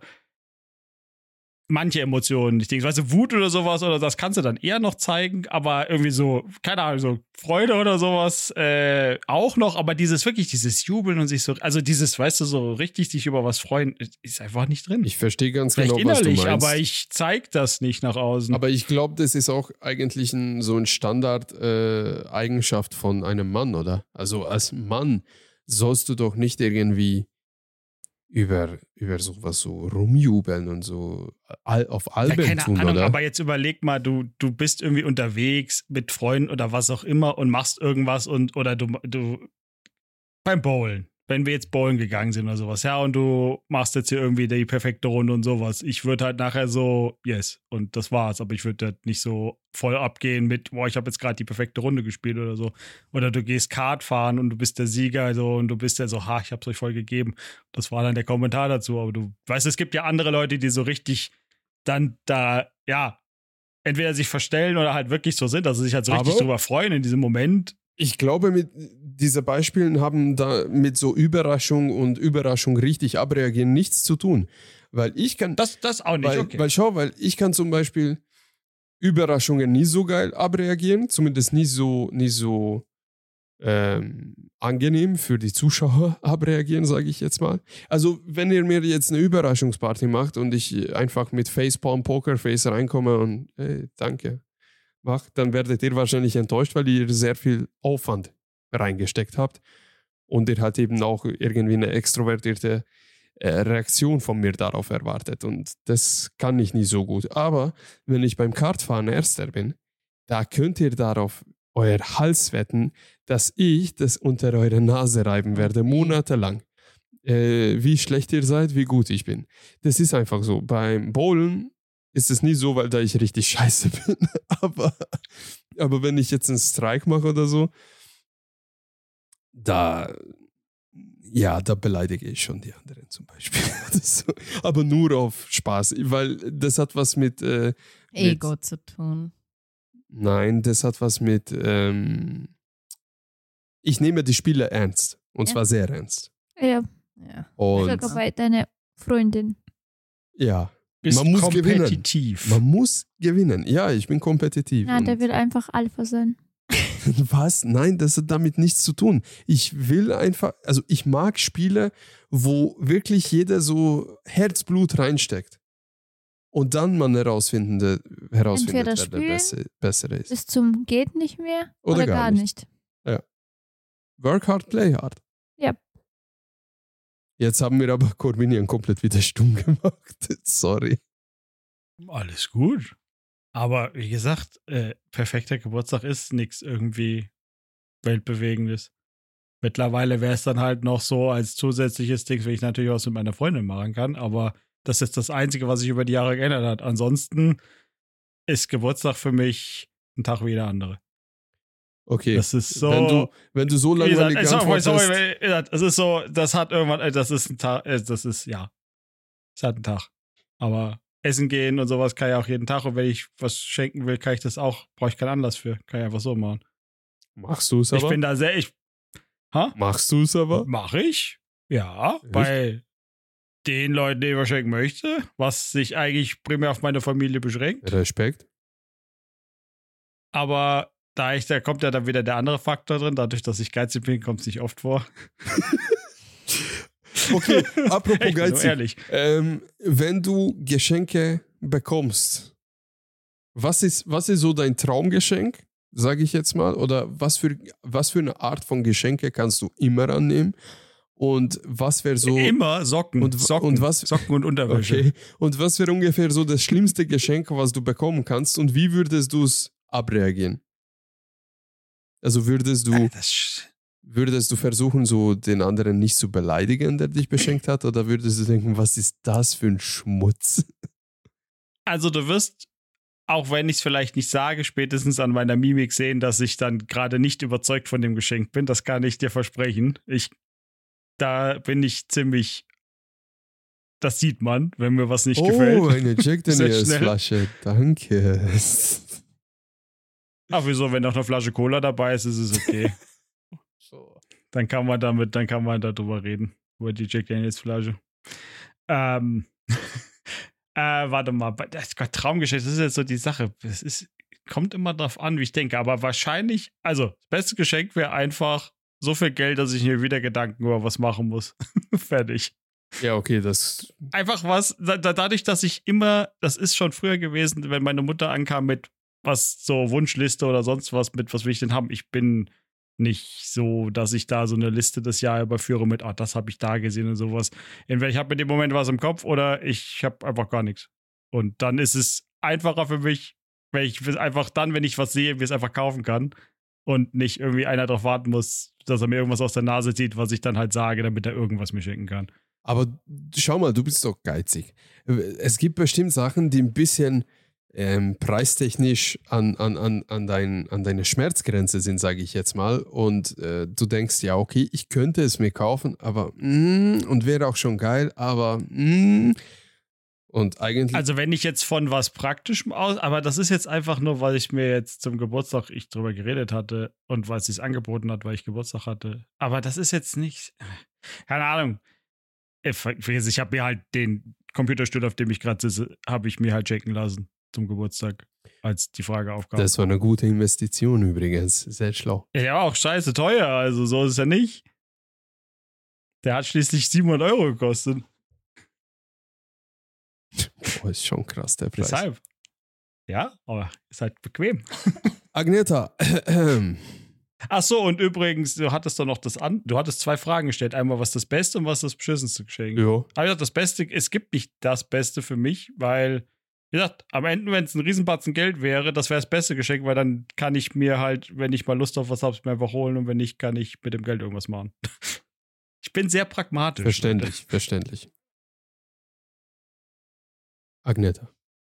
manche Emotionen, ich denke, weißt du, Wut oder sowas, oder das kannst du dann eher noch zeigen, aber irgendwie so, keine Ahnung, so Freude oder sowas äh, auch noch, aber dieses wirklich, dieses Jubeln und sich so, also dieses, weißt du, so richtig sich über was freuen, ist einfach nicht drin. Ich verstehe ganz Vielleicht genau, was du innerlich, meinst. aber ich zeig das nicht nach außen. Aber ich glaube, das ist auch eigentlich ein, so ein Standard-Eigenschaft äh, Eigenschaft von einem Mann, oder? Also als Mann sollst du doch nicht irgendwie über, über sowas so rumjubeln und so all, auf ja, Alben keine tun, Ahnung, oder? aber jetzt überleg mal, du, du bist irgendwie unterwegs mit Freunden oder was auch immer und machst irgendwas und oder du, du beim Bowlen, wenn wir jetzt bowlen gegangen sind oder sowas, ja, und du machst jetzt hier irgendwie die perfekte Runde und sowas. Ich würde halt nachher so, yes, und das war's, aber ich würde halt nicht so voll abgehen mit, boah, ich habe jetzt gerade die perfekte Runde gespielt oder so. Oder du gehst Kart fahren und du bist der Sieger so, und du bist ja so, ha, ich hab's euch voll gegeben. Das war dann der Kommentar dazu, aber du weißt, es gibt ja andere Leute, die so richtig dann da, ja, entweder sich verstellen oder halt wirklich so sind, dass sie sich halt so richtig Aber- drüber freuen in diesem Moment. Ich glaube, mit diese Beispielen haben da mit so Überraschung und Überraschung richtig abreagieren nichts zu tun. Weil ich kann, Das, das auch nicht, weil, okay. weil schau, weil ich kann zum Beispiel Überraschungen nie so geil abreagieren, zumindest nie so, nie so ähm, angenehm für die Zuschauer abreagieren, sage ich jetzt mal. Also wenn ihr mir jetzt eine Überraschungsparty macht und ich einfach mit Facepalm Pokerface reinkomme und hey, danke, mach, dann werdet ihr wahrscheinlich enttäuscht, weil ihr sehr viel Aufwand reingesteckt habt und ihr halt eben auch irgendwie eine extrovertierte äh, Reaktion von mir darauf erwartet. Und das kann ich nicht so gut. Aber wenn ich beim Kartfahren Erster bin, da könnt ihr darauf euer Hals wetten, dass ich das unter eure Nase reiben werde, monatelang. Äh, wie schlecht ihr seid, wie gut ich bin. Das ist einfach so. Beim Bowlen ist es nicht so, weil da ich richtig scheiße bin. aber, aber wenn ich jetzt einen Strike mache oder so, da, ja, da beleidige ich schon die anderen zum Beispiel. so. Aber nur auf Spaß, weil das hat was mit... Äh, Ego mit, zu tun. Nein, das hat was mit... Ähm, ich nehme die Spiele ernst. Und ja. zwar sehr ernst. Ja. Ja. Und Sogar bei deiner Freundin. ja, Bist man muss kompetitiv. gewinnen. Man muss gewinnen. Ja, ich bin kompetitiv. Ja, Und der will einfach Alpha sein. was? Nein, das hat damit nichts zu tun. Ich will einfach, also ich mag Spiele, wo wirklich jeder so Herzblut reinsteckt. Und dann man herausfinden, herausfindet, Entweder wer der Besse, Bessere ist. Bis zum geht nicht mehr Oder oder, gar gar nicht. nicht. Work hard, play hard. Ja. Jetzt haben wir aber Corbinian komplett wieder stumm gemacht. Sorry. Alles gut. Aber wie gesagt, äh, perfekter Geburtstag ist nichts irgendwie Weltbewegendes. Mittlerweile wäre es dann halt noch so als zusätzliches Ding, wenn ich natürlich was mit meiner Freundin machen kann, aber das ist das Einzige, was sich über die Jahre geändert hat. Ansonsten ist Geburtstag für mich ein Tag wie jeder andere. Okay. Das ist so. Wenn du, wenn du so Wie gesagt, langweilig sorry, sorry, antwortest. sorry, das ist so, das hat irgendwann, äh, das ist ein Tag, äh, das ist, ja, es hat einen Tag. Aber essen gehen und sowas kann ich auch jeden Tag. Und wenn ich was schenken will, kann ich das auch, brauche ich keinen Anlass für. Kann ich einfach so machen. Machst du es aber? Ich bin da sehr, ich, ha? Machst du es aber? Mach ich? Ja, Echt? bei den Leuten, die ich was schenken möchte, was sich eigentlich primär auf meine Familie beschränkt. Respekt. Aber da ich, da kommt ja dann wieder der andere Faktor drin, dadurch, dass ich geizig bin, kommt es nicht oft vor. Okay, apropos Ich bin so geizig. ehrlich. Ähm, wenn du Geschenke bekommst, was ist, was ist so dein Traumgeschenk, sage ich jetzt mal? Oder was für, was für eine Art von Geschenke kannst du immer annehmen? Und was wäre so... Immer Socken, und, Socken, und was, Socken und Unterwäsche. Okay. Und was wäre ungefähr so das schlimmste Geschenk, was du bekommen kannst? Und wie würdest du es abreagieren? Also würdest du... Äh, das Würdest du versuchen, so den anderen nicht zu beleidigen, der dich beschenkt hat? Oder würdest du denken, was ist das für ein Schmutz? Also du wirst, auch wenn ich es vielleicht nicht sage, spätestens an meiner Mimik sehen, dass ich dann gerade nicht überzeugt von dem Geschenk bin. Das kann ich dir versprechen. Ich, da bin ich ziemlich, das sieht man, wenn mir was nicht oh, gefällt. Oh, eine Jack Sehr Daniels schnell. Flasche. Danke. Ach wieso, wenn noch eine Flasche Cola dabei ist, ist es okay. Dann kann man damit, dann kann man darüber reden. Über die Jack Daniels Flasche. Ähm, äh, warte mal, das Gott, Traumgeschenk, das ist jetzt so die Sache. Es ist, kommt immer drauf an, wie ich denke. Aber wahrscheinlich, also, das beste Geschenk wäre einfach so viel Geld, dass ich mir wieder Gedanken über was machen muss. Fertig. Ja, okay, das... Einfach was, da, dadurch, dass ich immer, das ist schon früher gewesen, wenn meine Mutter ankam mit was, so Wunschliste oder sonst was, mit was will ich denn haben, ich bin nicht so, dass ich da so eine Liste des Jahres überführe mit, ah, das habe ich da gesehen und sowas. Entweder ich habe in dem Moment was im Kopf oder ich habe einfach gar nichts. Und dann ist es einfacher für mich, wenn ich einfach dann, wenn ich was sehe, mir es einfach kaufen kann und nicht irgendwie einer darauf warten muss, dass er mir irgendwas aus der Nase zieht, was ich dann halt sage, damit er irgendwas mir schenken kann. Aber schau mal, du bist doch geizig. Es gibt bestimmt Sachen, die ein bisschen ähm, preistechnisch an, an, an, an, dein, an deine Schmerzgrenze sind, sage ich jetzt mal. Und äh, du denkst, ja, okay, ich könnte es mir kaufen, aber mm, und wäre auch schon geil, aber mm, und eigentlich... Also wenn ich jetzt von was Praktischem aus, aber das ist jetzt einfach nur, weil ich mir jetzt zum Geburtstag ich drüber geredet hatte und weil sie es angeboten hat, weil ich Geburtstag hatte. Aber das ist jetzt nicht, keine Ahnung. Ich habe mir halt den Computerstuhl, auf dem ich gerade sitze, habe ich mir halt schenken lassen zum Geburtstag, als die Frage aufkam. Das war eine gute Investition übrigens, sehr schlau. Ja, der war auch scheiße teuer, also so ist es ja nicht. Der hat schließlich siebenhundert Euro gekostet. Boah, ist schon krass, der Preis. Deshalb. Ja, aber ist halt bequem. Agneta, Ach so, und übrigens, du hattest doch noch das an, du hattest zwei Fragen gestellt. Einmal, was das Beste und was das beschissenste Geschenk. Ja. Aber ich gesagt, das Beste, es gibt nicht das Beste für mich, weil, wie gesagt, am Ende, wenn es ein Riesenbatzen Geld wäre, das wäre das beste Geschenk, weil dann kann ich mir halt, wenn ich mal Lust auf was habe, mir einfach holen und wenn nicht, kann ich mit dem Geld irgendwas machen. Ich bin sehr pragmatisch. Verständlich, Leute. verständlich. Agneta.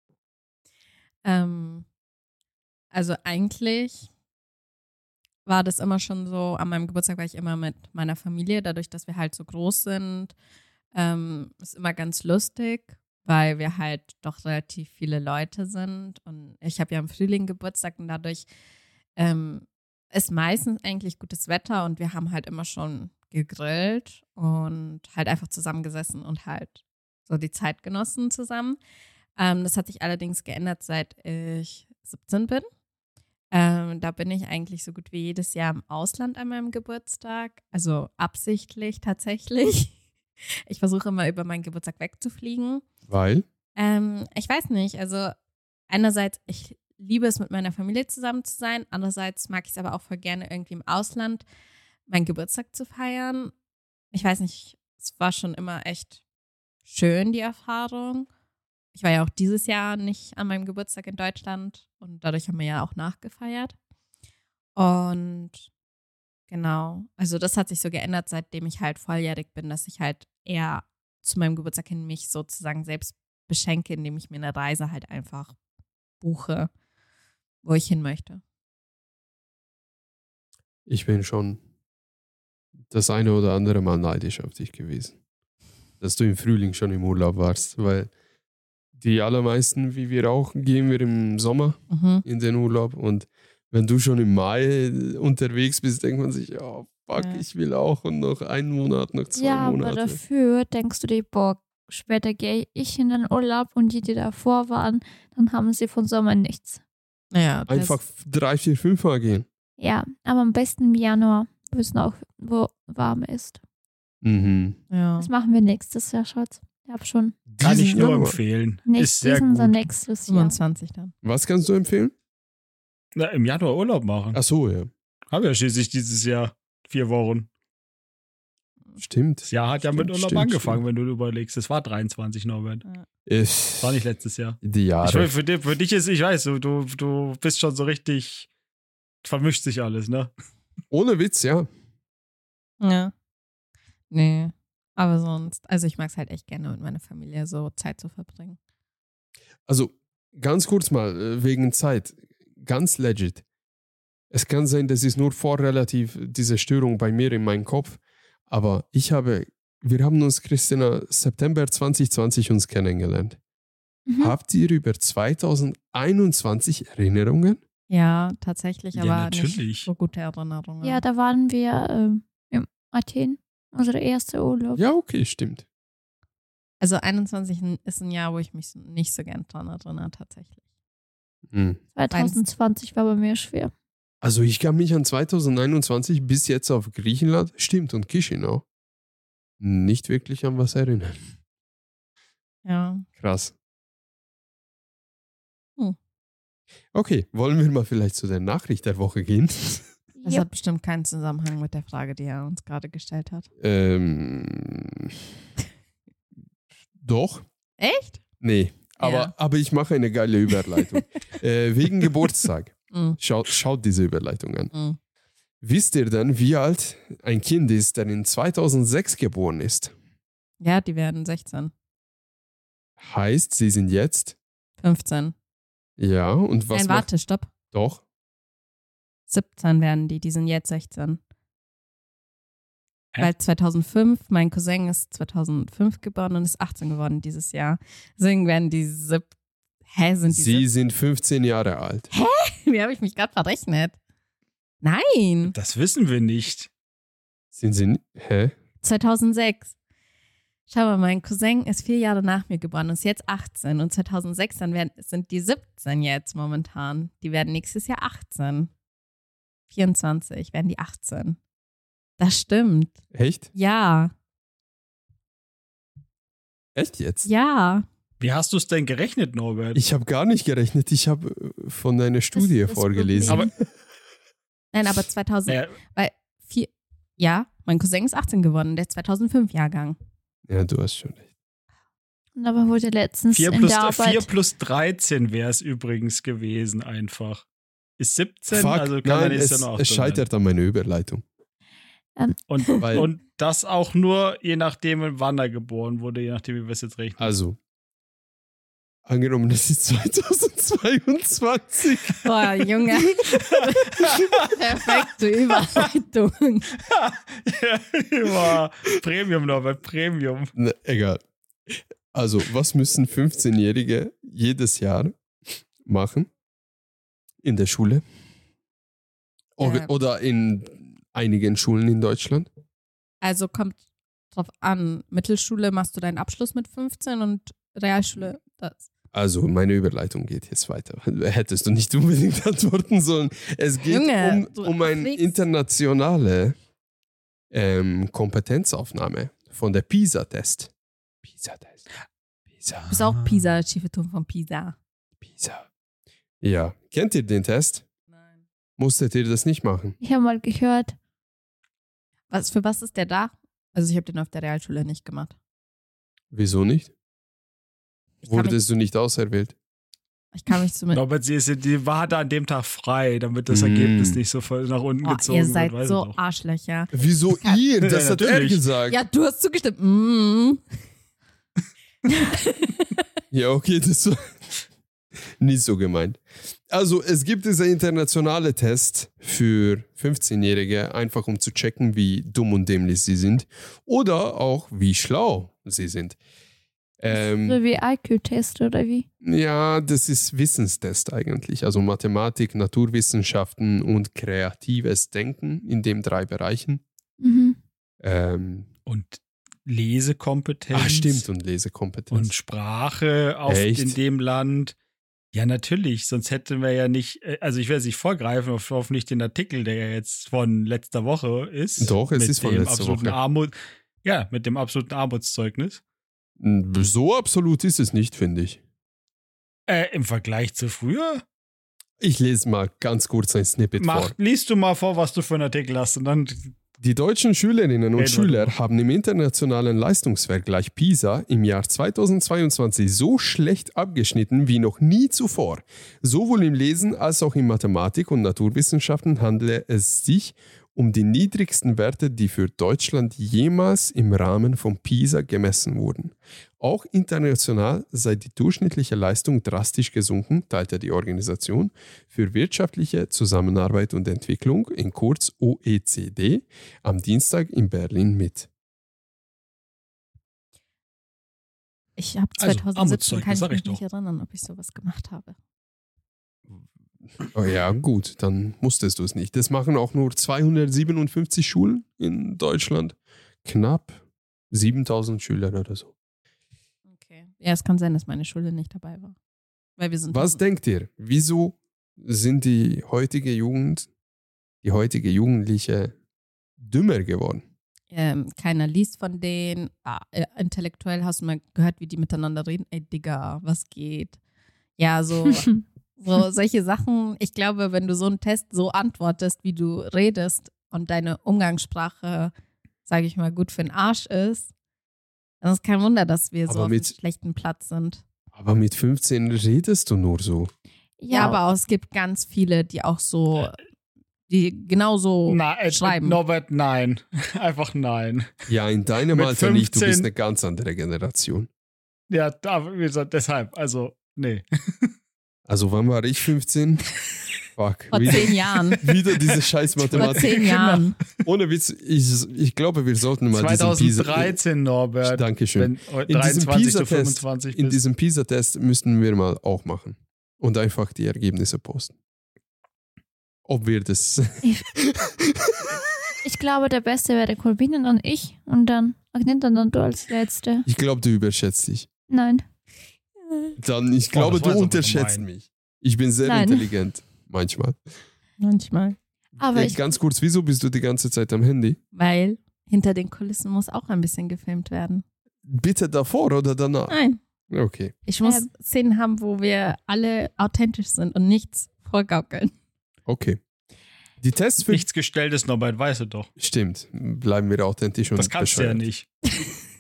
Ähm, also eigentlich war das immer schon so, an meinem Geburtstag war ich immer mit meiner Familie, dadurch, dass wir halt so groß sind, ähm, ist immer ganz lustig, weil wir halt doch relativ viele Leute sind und ich habe ja im Frühling Geburtstag und dadurch ähm, ist meistens eigentlich gutes Wetter und wir haben halt immer schon gegrillt und halt einfach zusammengesessen und halt so die Zeit genossen zusammen. Ähm, das hat sich allerdings geändert, seit ich siebzehn bin. Ähm, da bin ich eigentlich so gut wie jedes Jahr im Ausland an meinem Geburtstag. Also absichtlich tatsächlich. Ich versuche immer über meinen Geburtstag wegzufliegen. Weil? Ähm, ich weiß nicht. Also einerseits, ich liebe es, mit meiner Familie zusammen zu sein. Andererseits mag ich es aber auch voll gerne, irgendwie im Ausland meinen Geburtstag zu feiern. Ich weiß nicht, es war schon immer echt schön, die Erfahrung. Ich war ja auch dieses Jahr nicht an meinem Geburtstag in Deutschland und dadurch haben wir ja auch nachgefeiert. Und genau, also das hat sich so geändert, seitdem ich halt volljährig bin, dass ich halt eher zu meinem Geburtstag hin mich sozusagen selbst beschenke, indem ich mir eine Reise halt einfach buche, wo ich hin möchte. Ich bin schon das eine oder andere Mal neidisch auf dich gewesen. Dass du im Frühling schon im Urlaub warst, weil die allermeisten, wie wir auch, gehen wir im Sommer Mhm. in den Urlaub und wenn du schon im Mai unterwegs bist, denkt man sich, oh fuck, Ja. ich will auch und noch einen Monat, noch zwei Ja, Monate. aber dafür denkst du dir, boah, später gehe ich in den Urlaub und die, die davor waren, dann haben sie von Sommer nichts. Ja, das, Einfach drei, vier, fünf Mal gehen. Ja, aber am besten im Januar, wo es noch wo warm ist. Mhm. ja. Das machen wir nächstes Jahr, Schatz. Ich hab schon Kann ich Diesen nur Januar. empfehlen. nicht Ist sehr diesen, sondern gut. nächstes Jahr. fünfundzwanzig dann. Was kannst du empfehlen? Na, im Januar Urlaub machen. Ach so, ja. Haben wir schließlich dieses Jahr vier Wochen. Stimmt. Das Jahr hat ja Stimmt, mit Urlaub stimmt, angefangen, stimmt. wenn du überlegst. Es war dreiundzwanzig, Norbert. Es War nicht letztes Jahr. Die Ich Jahre. weiß, für, dich, für dich ist, ich weiß, du, du, du bist schon so richtig, vermischt sich alles, ne? Ohne Witz, ja. Ja. Nee. Aber sonst, also ich mag es halt echt gerne, mit meiner Familie so Zeit zu verbringen. Also ganz kurz mal, äh, wegen Zeit. Ganz legit. Es kann sein, das ist nur vorrelativ diese Störung bei mir in meinem Kopf. Aber ich habe, wir haben uns, Christina, September zwanzig zwanzig uns kennengelernt. Mhm. Habt ihr über zwanzig einundzwanzig Erinnerungen? Ja, tatsächlich, Ja, aber natürlich. nicht so gute Erinnerungen. Ja, da waren wir ähm, in Athen, unser erster Urlaub. Ja, okay, stimmt. Also einundzwanzig ist ein Jahr, wo ich mich nicht so gern dran erinnere, tatsächlich. Hm. zwanzig zwanzig war bei mir schwer. Also ich kann mich an zwanzig einundzwanzig bis jetzt auf Griechenland, stimmt, und Chișinău, nicht wirklich an was erinnern. Ja. Krass. Hm. Okay, wollen wir mal vielleicht zu der Nachricht der Woche gehen? Das Ja. hat bestimmt keinen Zusammenhang mit der Frage, die er uns gerade gestellt hat. ähm, doch? Echt? Nee, aber, Ja. aber ich mache eine geile Überleitung. äh, wegen Geburtstag. Mm, Schaut, schaut diese Überleitung an. mm. Wisst ihr denn, wie alt ein Kind ist, der in zweitausendsechs geboren ist? Ja, die werden sechzehn. Heißt, sie sind jetzt? fünfzehn. Ja, und was Nein, macht... warte, stopp. Doch. siebzehn werden die, die sind jetzt sechzehn. Hä? Weil zweitausendfünf, mein Cousin ist zweitausendfünf geboren und ist achtzehn geworden dieses Jahr. Deswegen werden die sieb... Hä, sind die Sie sind fünfzehn Jahre alt. sieb... Wie habe ich mich gerade verrechnet? Nein, Das wissen wir nicht. Sind sie... Hä? zweitausendsechs. Schau mal, mein Cousin ist vier Jahre nach mir geboren und ist jetzt achtzehn. Und zweitausendsechs dann werden, sind die siebzehn jetzt momentan. Die werden nächstes Jahr achtzehn. vierundzwanzig werden die achtzehn. Das stimmt. Echt? Ja, Echt jetzt? ja. Wie hast du es denn gerechnet, Norbert? Ich habe gar nicht gerechnet. Ich habe äh, von einer Studie das vorgelesen. Aber Nein, aber zweitausend, Ja. weil vier, ja, mein Cousin ist achtzehn geworden, der zweitausendfünf Jahrgang. Ja, du hast schon recht. Und aber wurde letztens vier in plus, der Arbeit. vier plus dreizehn wäre es übrigens gewesen, einfach. Ist siebzehn, Fuck, also kann man nein, jetzt es, ja noch es scheitert an meiner Überleitung. Und, Weil- und das auch nur, je nachdem, wann er geboren wurde, je nachdem, wie wir es jetzt rechnen. Also, angenommen, das ist zweitausendzweiundzwanzig. Boah, Junge. Perfekte Überleitung. Ja, Premium, Norbert, Premium. Na, egal. Also, was müssen fünfzehnjährige jedes Jahr machen? In der Schule? Oder, Ähm. oder in einigen Schulen in Deutschland? Also kommt drauf an, Mittelschule machst du deinen Abschluss mit fünfzehn und Realschule das. Also, meine Überleitung geht jetzt weiter. Hättest du nicht unbedingt antworten sollen. Es geht Junge, um, du um eine fliegst. internationale ähm, Kompetenzaufnahme von der PISA-Test. PISA-Test. PISA. Du bist auch Pisa, schiefe Turm von Pisa. PISA. Ja, kennt ihr den Test? Nein. Musstet ihr das nicht machen? Ich habe mal gehört, Was, für was ist der da? Also ich habe den auf der Realschule nicht gemacht. Wieso nicht? Ich kann, mich, Wurdest du nicht auserwählt? ich kann mich zumindest... Norbert, sie ist, die war da an dem Tag frei, damit das Mm. Ergebnis nicht so voll nach unten Boah, gezogen ihr seid wird. weiß so ich doch. Arschlöcher. Wieso ihr? Das Ja, hat er natürlich. gesagt. Ja, du hast zugestimmt. Mm. Ja, okay, das war nicht so gemeint. Also, es gibt diesen internationale Test für fünfzehnjährige, einfach um zu checken, wie dumm und dämlich sie sind oder auch, wie schlau sie sind. Ähm, so wie I Q-Test oder wie? ja, das ist Wissenstest eigentlich. Also Mathematik, Naturwissenschaften und kreatives Denken in den drei Bereichen. Mhm. Ähm, Und Lesekompetenz. ah, stimmt, und Lesekompetenz. Und Sprache auf, Echt? in dem Land. Ja, natürlich, sonst hätten wir ja nicht, äh, also ich werde es nicht vorgreifen auf hoffentlich den Artikel, der ja jetzt von letzter Woche ist. Doch, es mit ist von dem letzter absoluten Woche. Armut, ja, mit dem absoluten Armutszeugnis. So absolut ist es nicht, finde ich. Äh, im Vergleich zu früher? Ich lese mal ganz kurz ein Snippet Mach, vor. liest du mal vor, was du für einen Artikel hast und dann Die deutschen Schülerinnen und Red Schüler mal. haben im internationalen Leistungsvergleich PISA im Jahr zweitausendzweiundzwanzig so schlecht abgeschnitten wie noch nie zuvor. Sowohl im Lesen als auch in Mathematik und Naturwissenschaften handele es sich um die niedrigsten Werte, die für Deutschland jemals im Rahmen von PISA gemessen wurden. Auch international sei die durchschnittliche Leistung drastisch gesunken, teilte die Organisation für wirtschaftliche Zusammenarbeit und Entwicklung, in kurz O E C D, am Dienstag in Berlin mit. Ich habe Also, zweitausendsiebzehn, Armutszeugnis, kann ich sag mich ich nicht doch. erinnern, ob ich sowas gemacht habe. Oh ja, gut, dann musstest du es nicht. Das machen auch nur zweihundertsiebenundfünfzig Schulen in Deutschland. Knapp siebentausend Schüler oder so. Okay. Ja, es kann sein, dass meine Schule nicht dabei war. Weil wir sind Was denkt ihr? Wieso sind die heutige Jugend, die heutige Jugendliche dümmer geworden? ähm, keiner liest von denen. Ah, äh, intellektuell hast du mal gehört, wie die miteinander reden. Ey, Digga, was geht? Ja, so, so solche Sachen. Ich glaube, wenn du so einen Test so antwortest, wie du redest und deine Umgangssprache, sage ich mal, gut für den Arsch ist, dann ist kein Wunder, dass wir so Aber auf mit- einem schlechten Platz sind. Aber mit fünfzehn redest du nur so. Ja, aber auch, es gibt ganz viele, die auch so, die genauso Na, äh, schreiben. Norbert, nein. Einfach nein. Ja, in deinem Mit Alter nicht. Du bist fünfzehn eine ganz andere Generation. Ja, da, wie gesagt, deshalb, also, nee. Also wann war ich fünfzehn? Fuck. Vor wieder, zehn Jahren. wieder diese scheiß Vor Mathematik. zehn Jahren. Ohne Witz, ich, ich glaube, wir sollten mal diesen PISA... zweitausenddreizehn, Norbert. Dankeschön. Wenn heute In diesem dreiundzwanzig zu PISA-Test, fünfundzwanzig in bist. diesem PISA-Test müssten wir mal auch machen. Und einfach die Ergebnisse posten. Ob wir das... Ich glaube, der Beste wäre Corbin und dann ich und dann Agneta und dann du als Letzte. ich glaube, du überschätzt dich. Nein. Dann, ich Oh, glaube, das war du jetzt aber unterschätzt gemein. mich. Ich bin sehr Nein. intelligent. Manchmal. Manchmal. Aber Ey, ich, ganz kurz, wieso bist du die ganze Zeit am Handy? Weil hinter den Kulissen muss auch ein bisschen gefilmt werden. Bitte davor oder danach? Nein. Okay. Ich muss Ähm. Szenen haben, wo wir alle authentisch sind und nichts vorgaukeln. Okay. Die Tests für... Nichts Gestelltes, Norbert, weißt du doch. Stimmt, bleiben wir authentisch und Das kannst du ja bescheuert. nicht.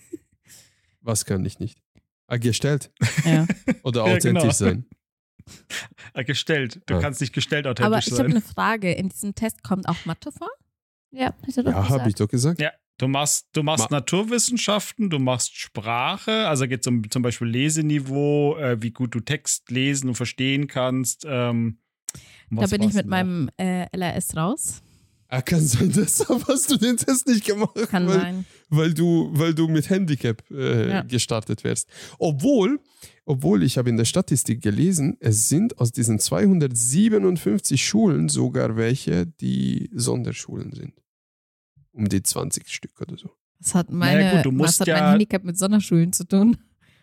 Was kann ich nicht? Ah, gestellt Ja. oder Ja, authentisch genau. sein? Ah, gestellt. Du Ah. kannst nicht gestellt Aber authentisch ich habe sein. eine Frage. In diesem Test kommt auch Mathe vor? Ja, hast du doch Ja, habe ich gesagt. doch gesagt. Ja, du machst, du machst Ma- Naturwissenschaften, du machst Sprache, also geht es um zum Beispiel Leseniveau, äh, wie gut du Text lesen und verstehen kannst. Ähm, Da was bin ich war's mit noch? meinem äh, L R S raus. Ah, kann sein, deshalb hast du den Test nicht gemacht. Kann weil, sein. Weil du, weil du mit Handicap äh, Ja. gestartet wärst. Obwohl, obwohl ich habe in der Statistik gelesen, es sind aus diesen zweihundertsiebenundfünfzig Schulen sogar welche, die Sonderschulen sind. Um die zwanzig Stück oder so. Was hat, meine, Naja, gut, du was musst hat ja- mein Handicap mit Sonderschulen zu tun?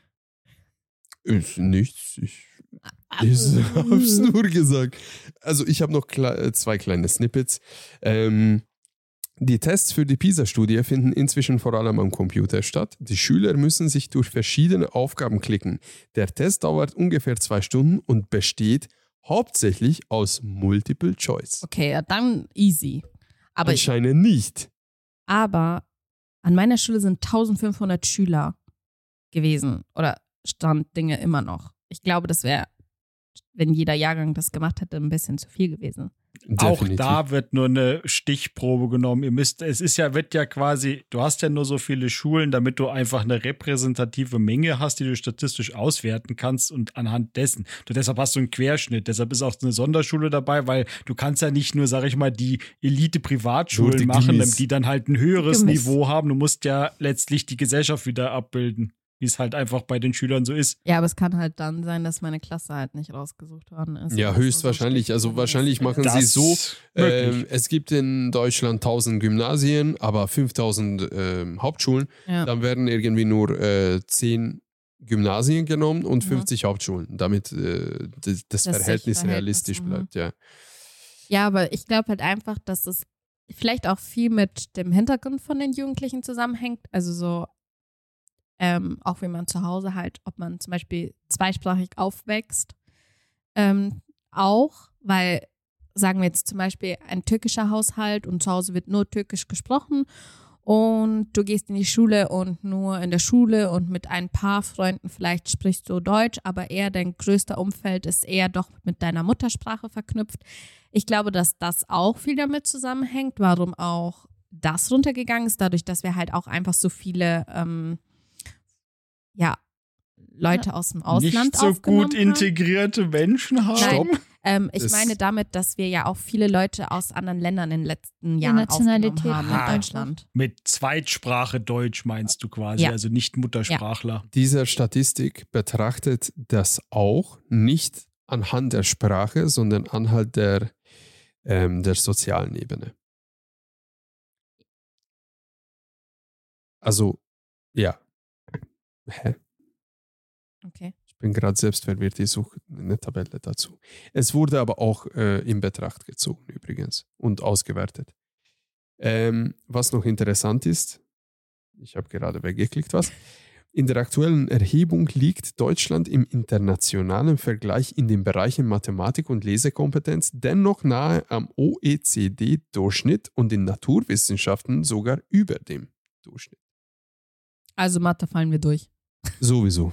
Ist nichts. Ich, ich hab's nur gesagt. Also ich habe noch kle- äh, zwei kleine Snippets. Ähm, die Tests für die PISA-Studie finden inzwischen vor allem am Computer statt. Die Schüler müssen sich durch verschiedene Aufgaben klicken. Der Test dauert ungefähr zwei Stunden und besteht hauptsächlich aus Multiple Choice. Okay, ja, dann easy. Aber, ich, Anscheinend nicht. aber an meiner Schule sind eintausendfünfhundert Schüler gewesen. Oder stand Dinge immer noch. Ich glaube, das wäre, wenn jeder Jahrgang das gemacht hätte, ein bisschen zu viel gewesen. Auch Definitiv. da wird nur eine Stichprobe genommen. Ihr müsst, es ist ja, wird ja quasi, du hast ja nur so viele Schulen, damit du einfach eine repräsentative Menge hast, die du statistisch auswerten kannst und anhand dessen. Du, deshalb hast du einen Querschnitt. Deshalb ist auch eine Sonderschule dabei, weil du kannst ja nicht nur, sag ich mal, die Elite-Privatschulen Nur die machen, Gimmis. damit die dann halt ein höheres Gimmis. Niveau haben. Du musst ja letztlich die Gesellschaft wieder abbilden, wie es halt einfach bei den Schülern so ist. Ja, aber es kann halt dann sein, dass meine Klasse halt nicht rausgesucht worden ist. Ja, Dass man höchstwahrscheinlich. so Also Stichproben wahrscheinlich machen Das sie so. möglich. Ähm, es gibt in Deutschland tausend Gymnasien, aber fünftausend ähm, Hauptschulen. Ja. Dann werden irgendwie nur äh, zehn Gymnasien genommen und Mhm. fünfzig Hauptschulen, damit äh, das, das Das Verhältnis sich realistisch Verhältnis, bleibt. Ja. Ja, aber ich glaube halt einfach, dass es vielleicht auch viel mit dem Hintergrund von den Jugendlichen zusammenhängt. Also so, ähm, auch wie man zu Hause halt, ob man zum Beispiel zweisprachig aufwächst. Ähm, auch, weil, sagen wir jetzt zum Beispiel ein türkischer Haushalt und zu Hause wird nur türkisch gesprochen und du gehst in die Schule und nur in der Schule und mit ein paar Freunden vielleicht sprichst du Deutsch, aber eher dein größter Umfeld ist eher doch mit deiner Muttersprache verknüpft. Ich glaube, dass das auch viel damit zusammenhängt, warum auch das runtergegangen ist, dadurch, dass wir halt auch einfach so viele ähm, ja, Leute aus dem Ausland Nicht so aufgenommen gut haben. integrierte Menschen haben. Nein, ähm, ich Das- meine damit, dass wir ja auch viele Leute aus anderen Ländern in den letzten Die Jahren Nationalität aufgenommen haben in Ah. Deutschland. Mit Zweitsprache Deutsch meinst du quasi, Ja. also nicht Muttersprachler. Diese Statistik betrachtet das auch nicht anhand der Sprache, sondern anhand der, ähm, der sozialen Ebene. Also, ja. Hä? Okay. Ich bin gerade selbst verwirrt, ich suche eine Tabelle dazu. Es wurde aber auch äh, in Betracht gezogen übrigens und ausgewertet. Ähm, was noch interessant ist, ich habe gerade weggeklickt was, in der aktuellen Erhebung liegt Deutschland im internationalen Vergleich in den Bereichen Mathematik und Lesekompetenz dennoch nahe am O E C D-Durchschnitt und in Naturwissenschaften sogar über dem Durchschnitt. Also Mathe fallen wir durch. Sowieso.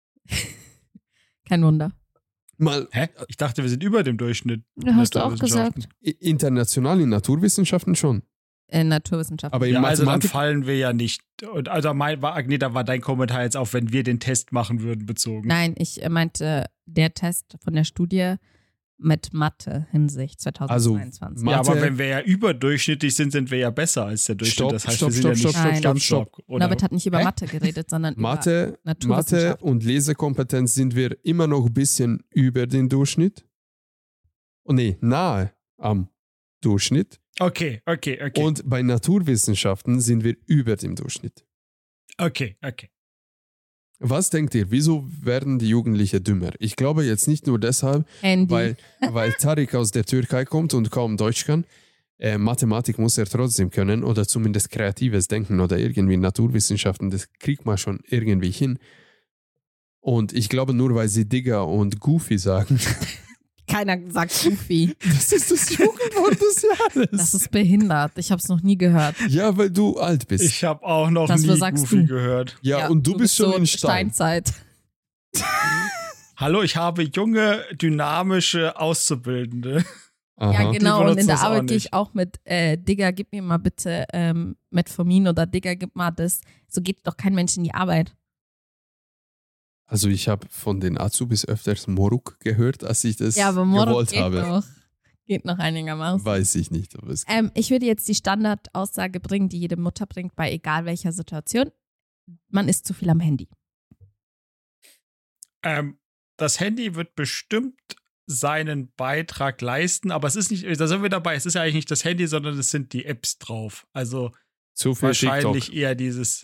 Kein Wunder. Mal Hä? Ich dachte, wir sind über dem Durchschnitt. Ja, hast du auch Naturwissenschaften. gesagt. i- international in Naturwissenschaften schon. In Naturwissenschaften. Aber in Ja, also dann Mathematik fallen wir ja nicht. Und also mein, war, nee, da war dein Kommentar jetzt auch, wenn wir den Test machen würden, bezogen. Nein, ich äh, meinte der Test von der Studie mit Mathe-Hinsicht zweitausendzweiundzwanzig. Also, Ja, aber Mathe- wenn wir ja überdurchschnittlich sind, sind wir ja besser als der Durchschnitt. Stopp, das heißt, stopp, wir sind ja stopp, nicht stopp, stopp, ganz stopp, top. Oder? Norbert hat nicht über Hä? Mathe geredet, sondern Mathe, über Mathe Naturwissenschaften. und Lesekompetenz sind wir immer noch ein bisschen über den Durchschnitt. Oh nee, nahe am Durchschnitt. Okay, okay, okay. Und bei Naturwissenschaften sind wir über dem Durchschnitt. okay, okay. Was denkt ihr, wieso werden die Jugendlichen dümmer? Ich glaube jetzt nicht nur deshalb, Handy. weil, weil Tarik aus der Türkei kommt und kaum Deutsch kann. Äh, Mathematik muss er trotzdem können oder zumindest kreatives Denken oder irgendwie Naturwissenschaften, das kriegt man schon irgendwie hin. Und ich glaube nur, weil sie Digger und Goofy sagen, Keiner sagt Goofy. Das ist das Jugendwort des Jahres. Das ist behindert. Ich habe es noch nie gehört. Ja, weil du alt bist. Ich habe auch noch Das nie sagst Goofy du. gehört. ja, und du, bist schon so in Stein. Steinzeit. Hallo, ich habe junge, dynamische Auszubildende. Aha. Ja, genau. Die Und benutzen in der das auch Arbeit gehe nicht. ich auch mit, äh, Digga, gib mir mal bitte ähm, Metformin oder Digga, gib mal das. So geht doch kein Mensch in die Arbeit. Also ich habe von den Azubis öfters Moruk gehört, als ich das Ja, aber Morok gewollt geht habe. noch. Geht noch einigermaßen. Weiß ich nicht. Aber es Ähm, ich würde jetzt die Standardaussage bringen, die jede Mutter bringt, bei egal welcher Situation. Man ist zu viel am Handy. Ähm, das Handy wird bestimmt seinen Beitrag leisten, aber es ist nicht, da sind wir dabei, es ist ja eigentlich nicht das Handy, sondern es sind die Apps drauf. Also zu viel wahrscheinlich TikTok. eher dieses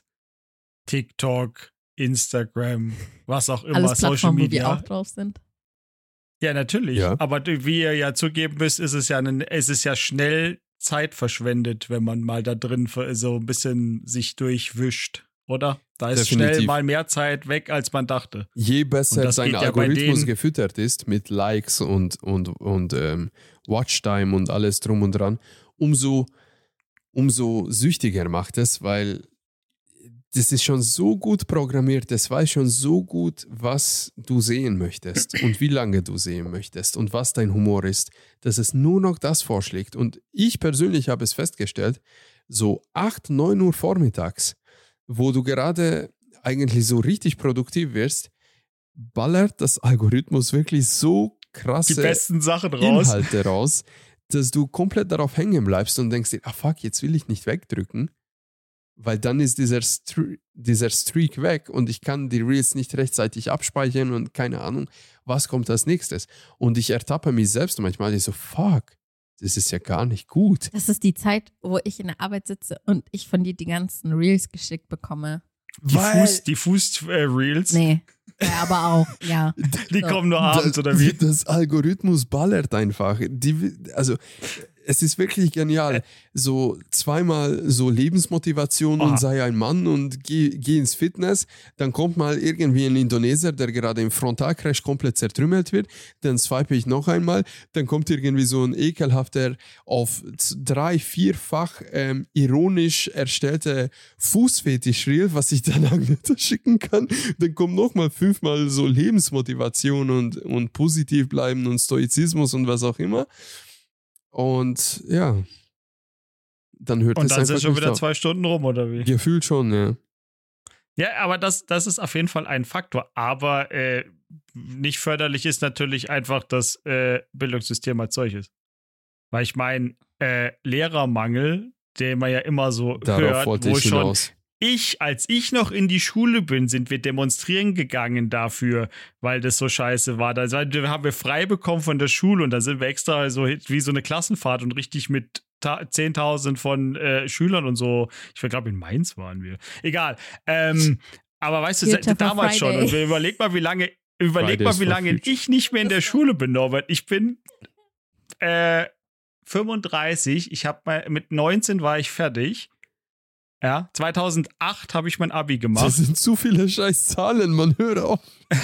TikTok, Instagram, was auch immer, Alles Social Plattformen, wo wir Media. auch drauf sind. Ja, natürlich. Ja. Aber wie ihr ja zugeben müsst, ist es ja, ein, es ist ja schnell Zeit verschwendet, wenn man mal da drin so ein bisschen sich durchwischt, oder? Da ist Definitiv. schnell mal mehr Zeit weg, als man dachte. Je Und besser das dein geht ja bei Algorithmus denen- gefüttert ist mit Likes und, und, und ähm, Watchtime und alles drum und dran, umso, umso süchtiger macht es, weil das ist schon so gut programmiert, das weiß schon so gut, was du sehen möchtest und wie lange du sehen möchtest und was dein Humor ist, dass es nur noch das vorschlägt. Und ich persönlich habe es festgestellt, so acht, neun Uhr vormittags, wo du gerade eigentlich so richtig produktiv wirst, ballert das Algorithmus wirklich so Die krasse besten Sachen raus. Inhalte raus, dass du komplett darauf hängen bleibst und denkst dir, ah fuck, jetzt will ich nicht wegdrücken, weil dann ist dieser, Stre- dieser Streak weg und ich kann die Reels nicht rechtzeitig abspeichern und keine Ahnung, was kommt als nächstes. Und ich ertappe mich selbst manchmal, ich so, fuck, das ist ja gar nicht gut. Das ist die Zeit, wo ich in der Arbeit sitze und ich von dir die ganzen Reels geschickt bekomme. Die Weil- Fuß, die Fuß-Reels, Nee, ja, aber auch, ja. die so. kommen nur abends, das, oder wie? Das Algorithmus ballert einfach. Die, also, es ist wirklich genial. So zweimal so Lebensmotivation Aha. und sei ein Mann und geh, geh ins Fitness. Dann kommt mal irgendwie ein Indonesier, der gerade im Frontalcrash komplett zertrümmert wird. Dann swipe ich noch einmal. Dann kommt irgendwie so ein ekelhafter, auf z- drei-, vierfach ähm, ironisch erstellte Fußfetisch-Reel, was ich dann Agneta schicken kann. Dann kommt nochmal fünfmal so Lebensmotivation und, und positiv bleiben und Stoizismus und was auch immer. Und ja, dann hört Und es dann einfach sind schon nicht wieder auf. zwei Stunden rum, oder wie? Gefühlt schon, ja. Ja, aber das, das ist auf jeden Fall ein Faktor. Aber äh, nicht förderlich ist natürlich einfach das äh, Bildungssystem als solches. Weil ich meine, äh, Lehrermangel, den man ja immer so Darauf hört, wollte wo ich schon hinaus. ich, als ich noch in die Schule bin, sind wir demonstrieren gegangen dafür, weil das so scheiße war. Da haben wir frei bekommen von der Schule und da sind wir extra so wie so eine Klassenfahrt und richtig mit ta- zehntausend von äh, Schülern und so. Ich glaube, in Mainz waren wir. Egal. Ähm, aber weißt du, Theater for damals schon. Friday. Und überleg mal, wie lange, überleg Fridays mal, wie for lange Future. ich nicht mehr in der Schule bin, Norbert. Ich bin äh, fünfunddreißig. Ich habe mal mit neunzehn war ich fertig. Ja, zweitausendacht habe ich mein Abi Das gemacht. sind zu viele scheiß Zahlen, man hört auf.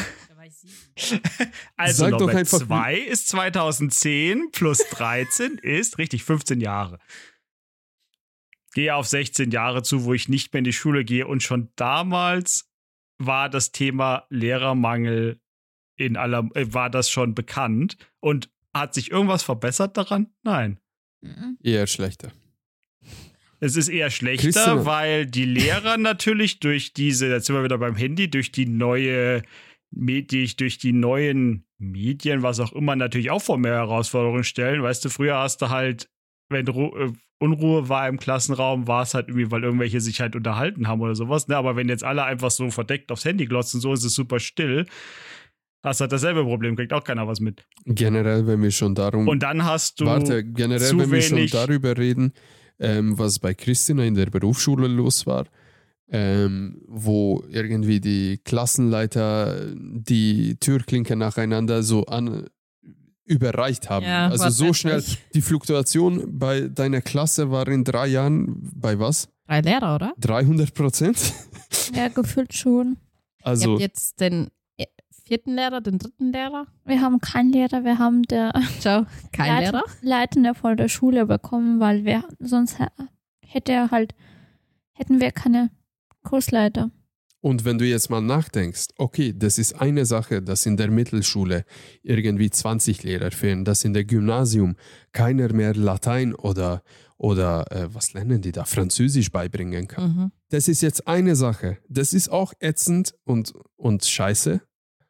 Also Sag doch Norbert, einfach, zwei ist zweitausendzehn plus dreizehn ist, richtig, fünfzehn Jahre. Gehe auf sechzehn Jahre zu, wo ich nicht mehr in die Schule gehe. Und schon damals war das Thema Lehrermangel in aller, äh, war das schon bekannt. Und hat sich irgendwas verbessert daran? Nein. Mhm. Eher schlechter. Es ist eher schlechter, Christian. weil die Lehrer natürlich durch diese, jetzt sind wir wieder beim Handy, durch die neue Medi- durch die neuen Medien, was auch immer, natürlich auch vor mehr Herausforderungen stellen. Weißt du, früher hast du halt, wenn Ru äh, Unruhe war im Klassenraum, war es halt irgendwie, weil irgendwelche sich halt unterhalten haben oder sowas. Ne? Aber wenn jetzt alle einfach so verdeckt aufs Handy glotzen, so ist es super still. Hast halt dasselbe Problem, kriegt auch keiner was mit. Generell, wenn wir schon darum. Und dann hast du Warte, generell, zu wenn wir schon wenig- darüber reden, ähm, was bei Christina in der Berufsschule los war, ähm, wo irgendwie die Klassenleiter die Türklinke nacheinander so an überreicht haben. Ja, also so wortwörtlich. schnell. Die Fluktuation bei deiner Klasse war in drei Jahren bei was? Drei Lehrer, oder? dreihundert Prozent? Ja, gefühlt schon. Ihr Also habt jetzt den vierten Lehrer, den dritten Lehrer? Wir haben keinen Lehrer, wir haben der Ciao. Kein Leiter, Lehrer? Leitende von der Schule bekommen, weil wir sonst hätte er halt, hätten wir keine Kursleiter. Und wenn du jetzt mal nachdenkst, okay, das ist eine Sache, dass in der Mittelschule irgendwie zwanzig Lehrer fehlen, dass in der Gymnasium keiner mehr Latein oder, oder äh, was lernen die da, Französisch beibringen kann. Mhm. Das ist jetzt eine Sache. Das ist auch ätzend und, und scheiße.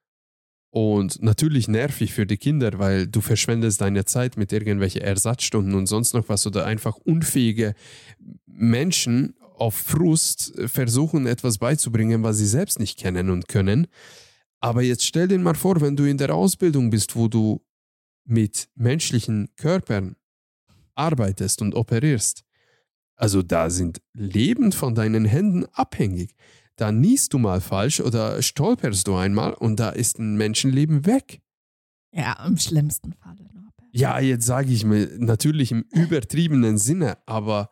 Und natürlich nervig für die Kinder, weil du verschwendest deine Zeit mit irgendwelchen Ersatzstunden und sonst noch was oder einfach unfähige Menschen auf Frust versuchen, etwas beizubringen, was sie selbst nicht kennen und können. Aber jetzt stell dir mal vor, wenn du in der Ausbildung bist, wo du mit menschlichen Körpern arbeitest und operierst. Also da sind Leben von deinen Händen abhängig. Da niest du mal falsch oder stolperst du einmal und da ist ein Menschenleben weg. Ja, im schlimmsten Falle. Ja, jetzt sage ich mir natürlich im übertriebenen Sinne, aber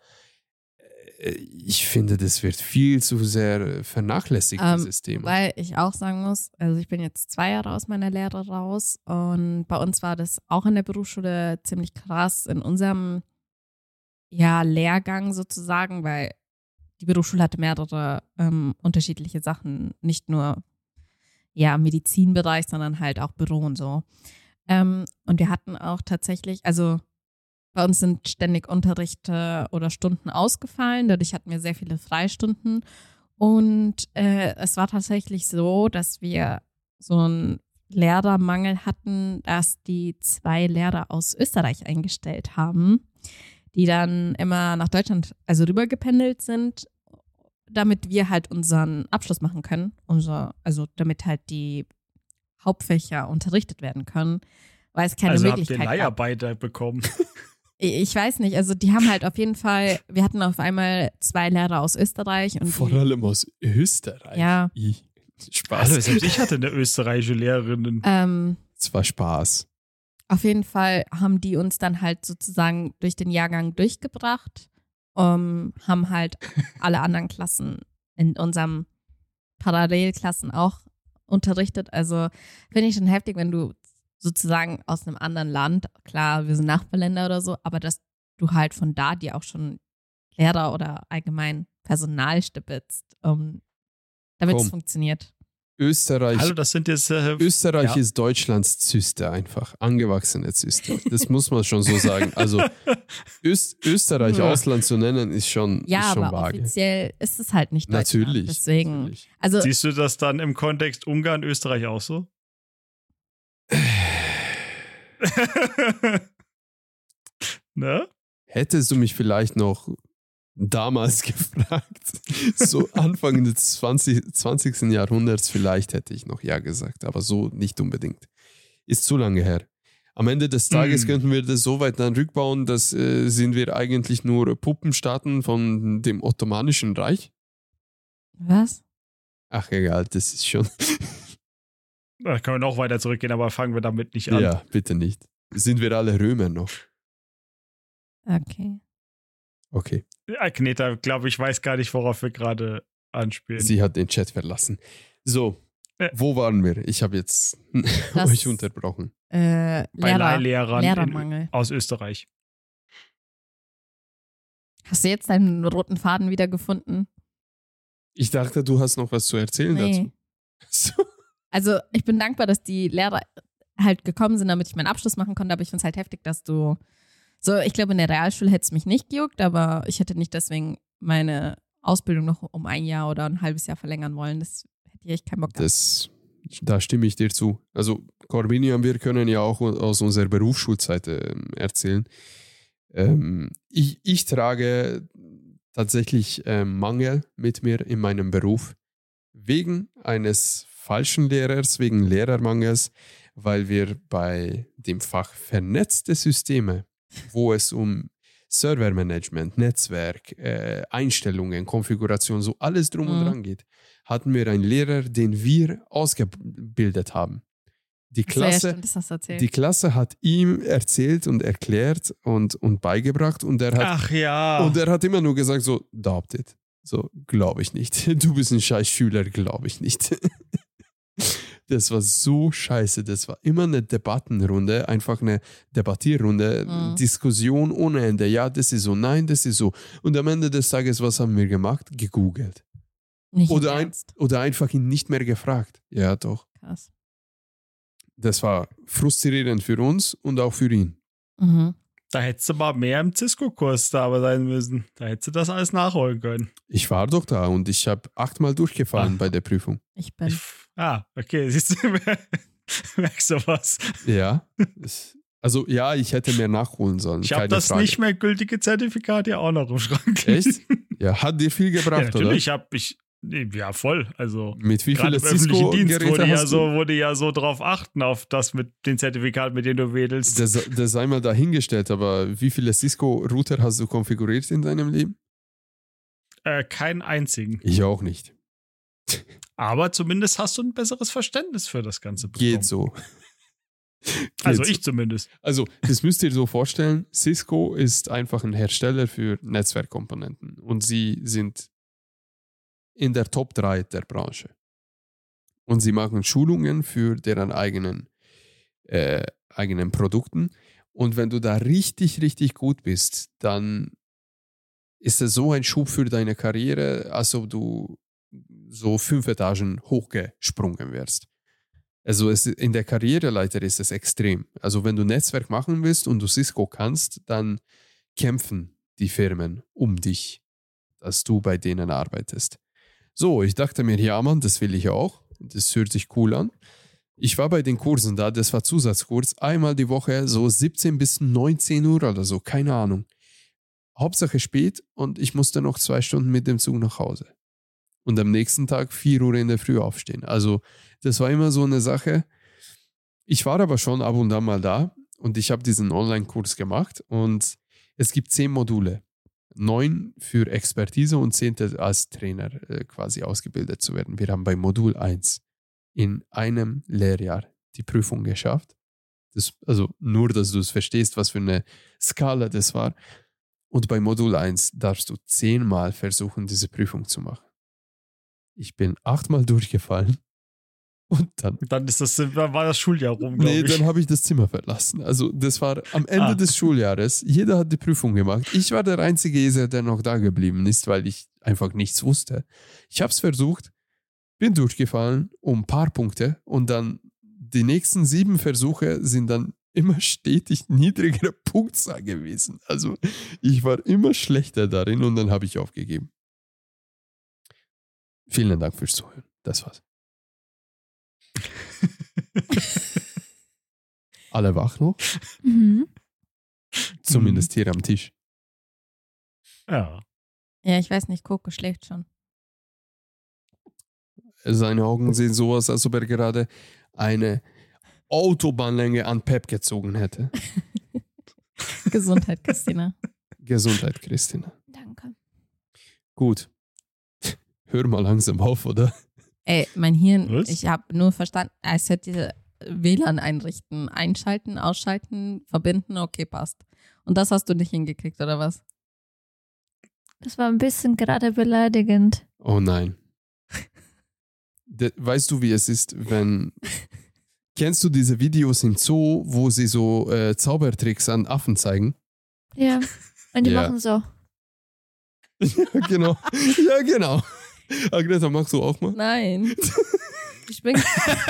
ich finde, das wird viel zu sehr vernachlässigt, ähm, dieses Thema. Weil ich auch sagen muss, also ich bin jetzt zwei Jahre aus meiner Lehre raus und bei uns war das auch in der Berufsschule ziemlich krass in unserem ja, Lehrgang sozusagen, weil die Berufsschule hatte mehrere ähm, unterschiedliche Sachen, nicht nur ja, Medizinbereich, sondern halt auch Büro und so. Ähm, und wir hatten auch tatsächlich, also bei uns sind ständig Unterrichte oder Stunden ausgefallen, dadurch hatten wir sehr viele Freistunden und äh, es war tatsächlich so, dass wir so einen Lehrermangel hatten, dass die zwei Lehrer aus Österreich eingestellt haben, die dann immer nach Deutschland, also rübergependelt sind, damit wir halt unseren Abschluss machen können, unser, also damit halt die Hauptfächer unterrichtet werden können, weil es keine also Möglichkeit habt ihr gab. Leiharbeiter bekommen? Ich weiß nicht, also die haben halt auf jeden Fall, wir hatten auf einmal zwei Lehrer aus Österreich. Und Vor die, allem aus Österreich. Ja. Ich, Spaß. Also selbst ich hatte eine österreichische Lehrerin. ähm, Es war Spaß. auf jeden Fall haben die uns dann halt sozusagen durch den Jahrgang durchgebracht, um, haben halt alle anderen Klassen in unserem Parallelklassen auch unterrichtet. Also finde ich schon heftig, wenn du sozusagen aus einem anderen Land, klar, wir sind Nachbarländer oder so, aber dass du halt von da dir auch schon Lehrer oder allgemein Personal stippelst, um, damit Komm. es funktioniert. Österreich, Hallo, das sind jetzt äh, Österreich ja. ist Deutschlands Zyste einfach. Angewachsene Zyste. Das muss man schon so sagen. Also Öst, Österreich Ja. Ausland zu nennen, ist schon, Ja, ist schon aber vage. offiziell ist es halt nicht Deutschland. Natürlich. Deswegen, natürlich. also Siehst du das dann im Kontext Ungarn, Österreich auch so? Ne? Hättest du mich vielleicht noch damals gefragt, so Anfang des zwanzig, zwanzigsten Jahrhunderts, vielleicht hätte ich noch Ja gesagt, aber so nicht unbedingt. Ist zu lange her. Am Ende des Tages Mm. könnten wir das so weit dann rückbauen, dass äh, sind wir eigentlich nur Puppenstaaten von dem Ottomanischen Reich. was? Ach egal, das ist schon. Da können wir noch weiter zurückgehen, aber fangen wir damit nicht an. Ja, bitte nicht. Sind wir alle Römer noch? Okay. Okay. Agneta, glaube ich, weiß gar nicht, worauf wir gerade anspielen. Sie hat den Chat verlassen. So, Ja. wo waren wir? Ich habe jetzt Das- euch unterbrochen. Äh, Bei Lehrer, Leihlehrern Lehrermangel. in, aus Österreich. Hast du jetzt deinen roten Faden wiedergefunden? Ich dachte, du hast noch was zu erzählen Nee. dazu. So. Also ich bin dankbar, dass die Lehrer halt gekommen sind, damit ich meinen Abschluss machen konnte, aber ich finde es halt heftig, dass du so, ich glaube, in der Realschule hätte es mich nicht gejuckt, aber ich hätte nicht deswegen meine Ausbildung noch um ein Jahr oder ein halbes Jahr verlängern wollen. Das hätte ich echt keinen Bock gehabt. Das, da stimme ich dir zu. Also Corbinian, wir können ja auch aus unserer Berufsschulzeit ähm, erzählen. Ähm, ich, ich trage tatsächlich ähm, Mangel mit mir in meinem Beruf wegen eines falschen Lehrers, wegen Lehrermangels, weil wir bei dem Fach vernetzte Systeme, wo es um Servermanagement, Netzwerk, äh, Einstellungen, Konfiguration, so alles drum und Mhm. dran geht, hatten wir einen Lehrer, den wir ausgebildet haben. Die Ach so, ja, Klasse, stimmt, das hast du erzählt. die Klasse hat ihm erzählt und erklärt und, und beigebracht und er hat, Ach ja. und er hat immer nur gesagt so, doubt it. So, glaube ich nicht. Du bist ein scheiß Schüler, glaube ich nicht. Das war so scheiße. Das war immer eine Debattenrunde, einfach eine Debattierrunde, Mhm. Diskussion ohne Ende. Ja, das ist so, nein, das ist so. Und am Ende des Tages, was haben wir gemacht? Gegoogelt. Nicht Oder, im ein, Ernst. oder einfach ihn nicht mehr gefragt. Ja, doch. Krass. Das war frustrierend für uns und auch für ihn. Mhm. Da hättest du mal mehr im Cisco-Kurs da aber sein müssen. Da hättest du das alles nachholen können. Ich war doch da und ich habe achtmal durchgefallen Ah. bei der Prüfung. Ich bin. Ich, ah, okay, siehst du, merkst du was? Ja. Es- Also ja, ich hätte mehr nachholen sollen. Ich habe keine das Frage. nicht mehr gültige Zertifikat ja auch noch im Schrank. Echt? Ja, hat dir viel Ja, gebracht, natürlich habe ich, nee, ja voll, also oder? Mit wie gerade vielen im öffentlichen Dienst Cisco-Geräte wurde ja, hast du? so, wurde ja so drauf achten, auf das mit den Zertifikaten, mit denen du wedelst. Das, das sei mal dahingestellt, aber wie viele Cisco-Router hast du konfiguriert in deinem Leben? Äh, keinen einzigen. Ich auch nicht. Aber zumindest hast du ein besseres Verständnis für das Ganze bekommen. Geht so. Geht Also so. ich zumindest. Also, das müsst ihr so vorstellen, Cisco ist einfach ein Hersteller für Netzwerkkomponenten und sie sind in der Top drei der Branche. Und sie machen Schulungen für deren eigenen, äh, eigenen Produkten. Und wenn du da richtig, richtig gut bist, dann ist es so ein Schub für deine Karriere, als ob du so fünf Etagen hochgesprungen wärst. Also es, in der Karriereleiter ist es extrem. Also wenn du Netzwerk machen willst und du Cisco kannst, dann kämpfen die Firmen um dich, dass du bei denen arbeitest. So, ich dachte mir, ja Mann, das will ich auch. Das hört sich cool an. Ich war bei den Kursen da, das war Zusatzkurs, einmal die Woche, so siebzehn bis neunzehn Uhr oder so, keine Ahnung. Hauptsache spät und ich musste noch zwei Stunden mit dem Zug nach Hause. Und am nächsten Tag vier Uhr in der Früh aufstehen. Also das war immer so eine Sache. Ich war aber schon ab und an mal da und ich habe diesen Online-Kurs gemacht und es gibt zehn Module. Neun für Expertise und zehnte als Trainer äh, quasi ausgebildet zu werden. Wir haben bei Modul eins in einem Lehrjahr die Prüfung geschafft. Das, also nur, dass du es verstehst, was für eine Skala das war. Und bei Modul eins darfst du zehnmal versuchen, diese Prüfung zu machen. Ich bin achtmal durchgefallen und dann, Dann ist das, dann war das Schuljahr rum, glaube nee, ich. dann habe ich das Zimmer verlassen. Also das war am Ende Ah. des Schuljahres. Jeder hat die Prüfung gemacht. Ich war der einzige Esel, der noch da geblieben ist, weil ich einfach nichts wusste. Ich habe es versucht, bin durchgefallen um ein paar Punkte und dann die nächsten sieben Versuche sind dann immer stetig niedrigere Punktzahl gewesen. Also ich war immer schlechter darin und dann habe ich aufgegeben. Vielen Dank fürs Zuhören. Das war's. Alle wach noch? Mhm. Zumindest hier am Tisch. Ja. Ja, ich weiß nicht, Coco schläft schon. Seine Augen sehen so aus, als ob er gerade eine Autobahnlänge an Pep gezogen hätte. Gesundheit, Christina. Gesundheit, Christina. Danke. Gut. Hör mal langsam auf, oder? Ey, mein Hirn, Was? ich habe nur verstanden, es hätte diese W L A N einrichten, einschalten, ausschalten, verbinden, okay, passt. Und das hast du nicht hingekriegt, oder was? Das war ein bisschen gerade beleidigend. Oh nein. De, weißt du, wie es ist, wenn... Kennst du diese Videos im Zoo, wo sie so äh, Zaubertricks an Affen zeigen? Ja. Und die Ja. machen so. Ja, genau. Ja, genau. Agneta, magst du auch mal? Nein. Ich bin.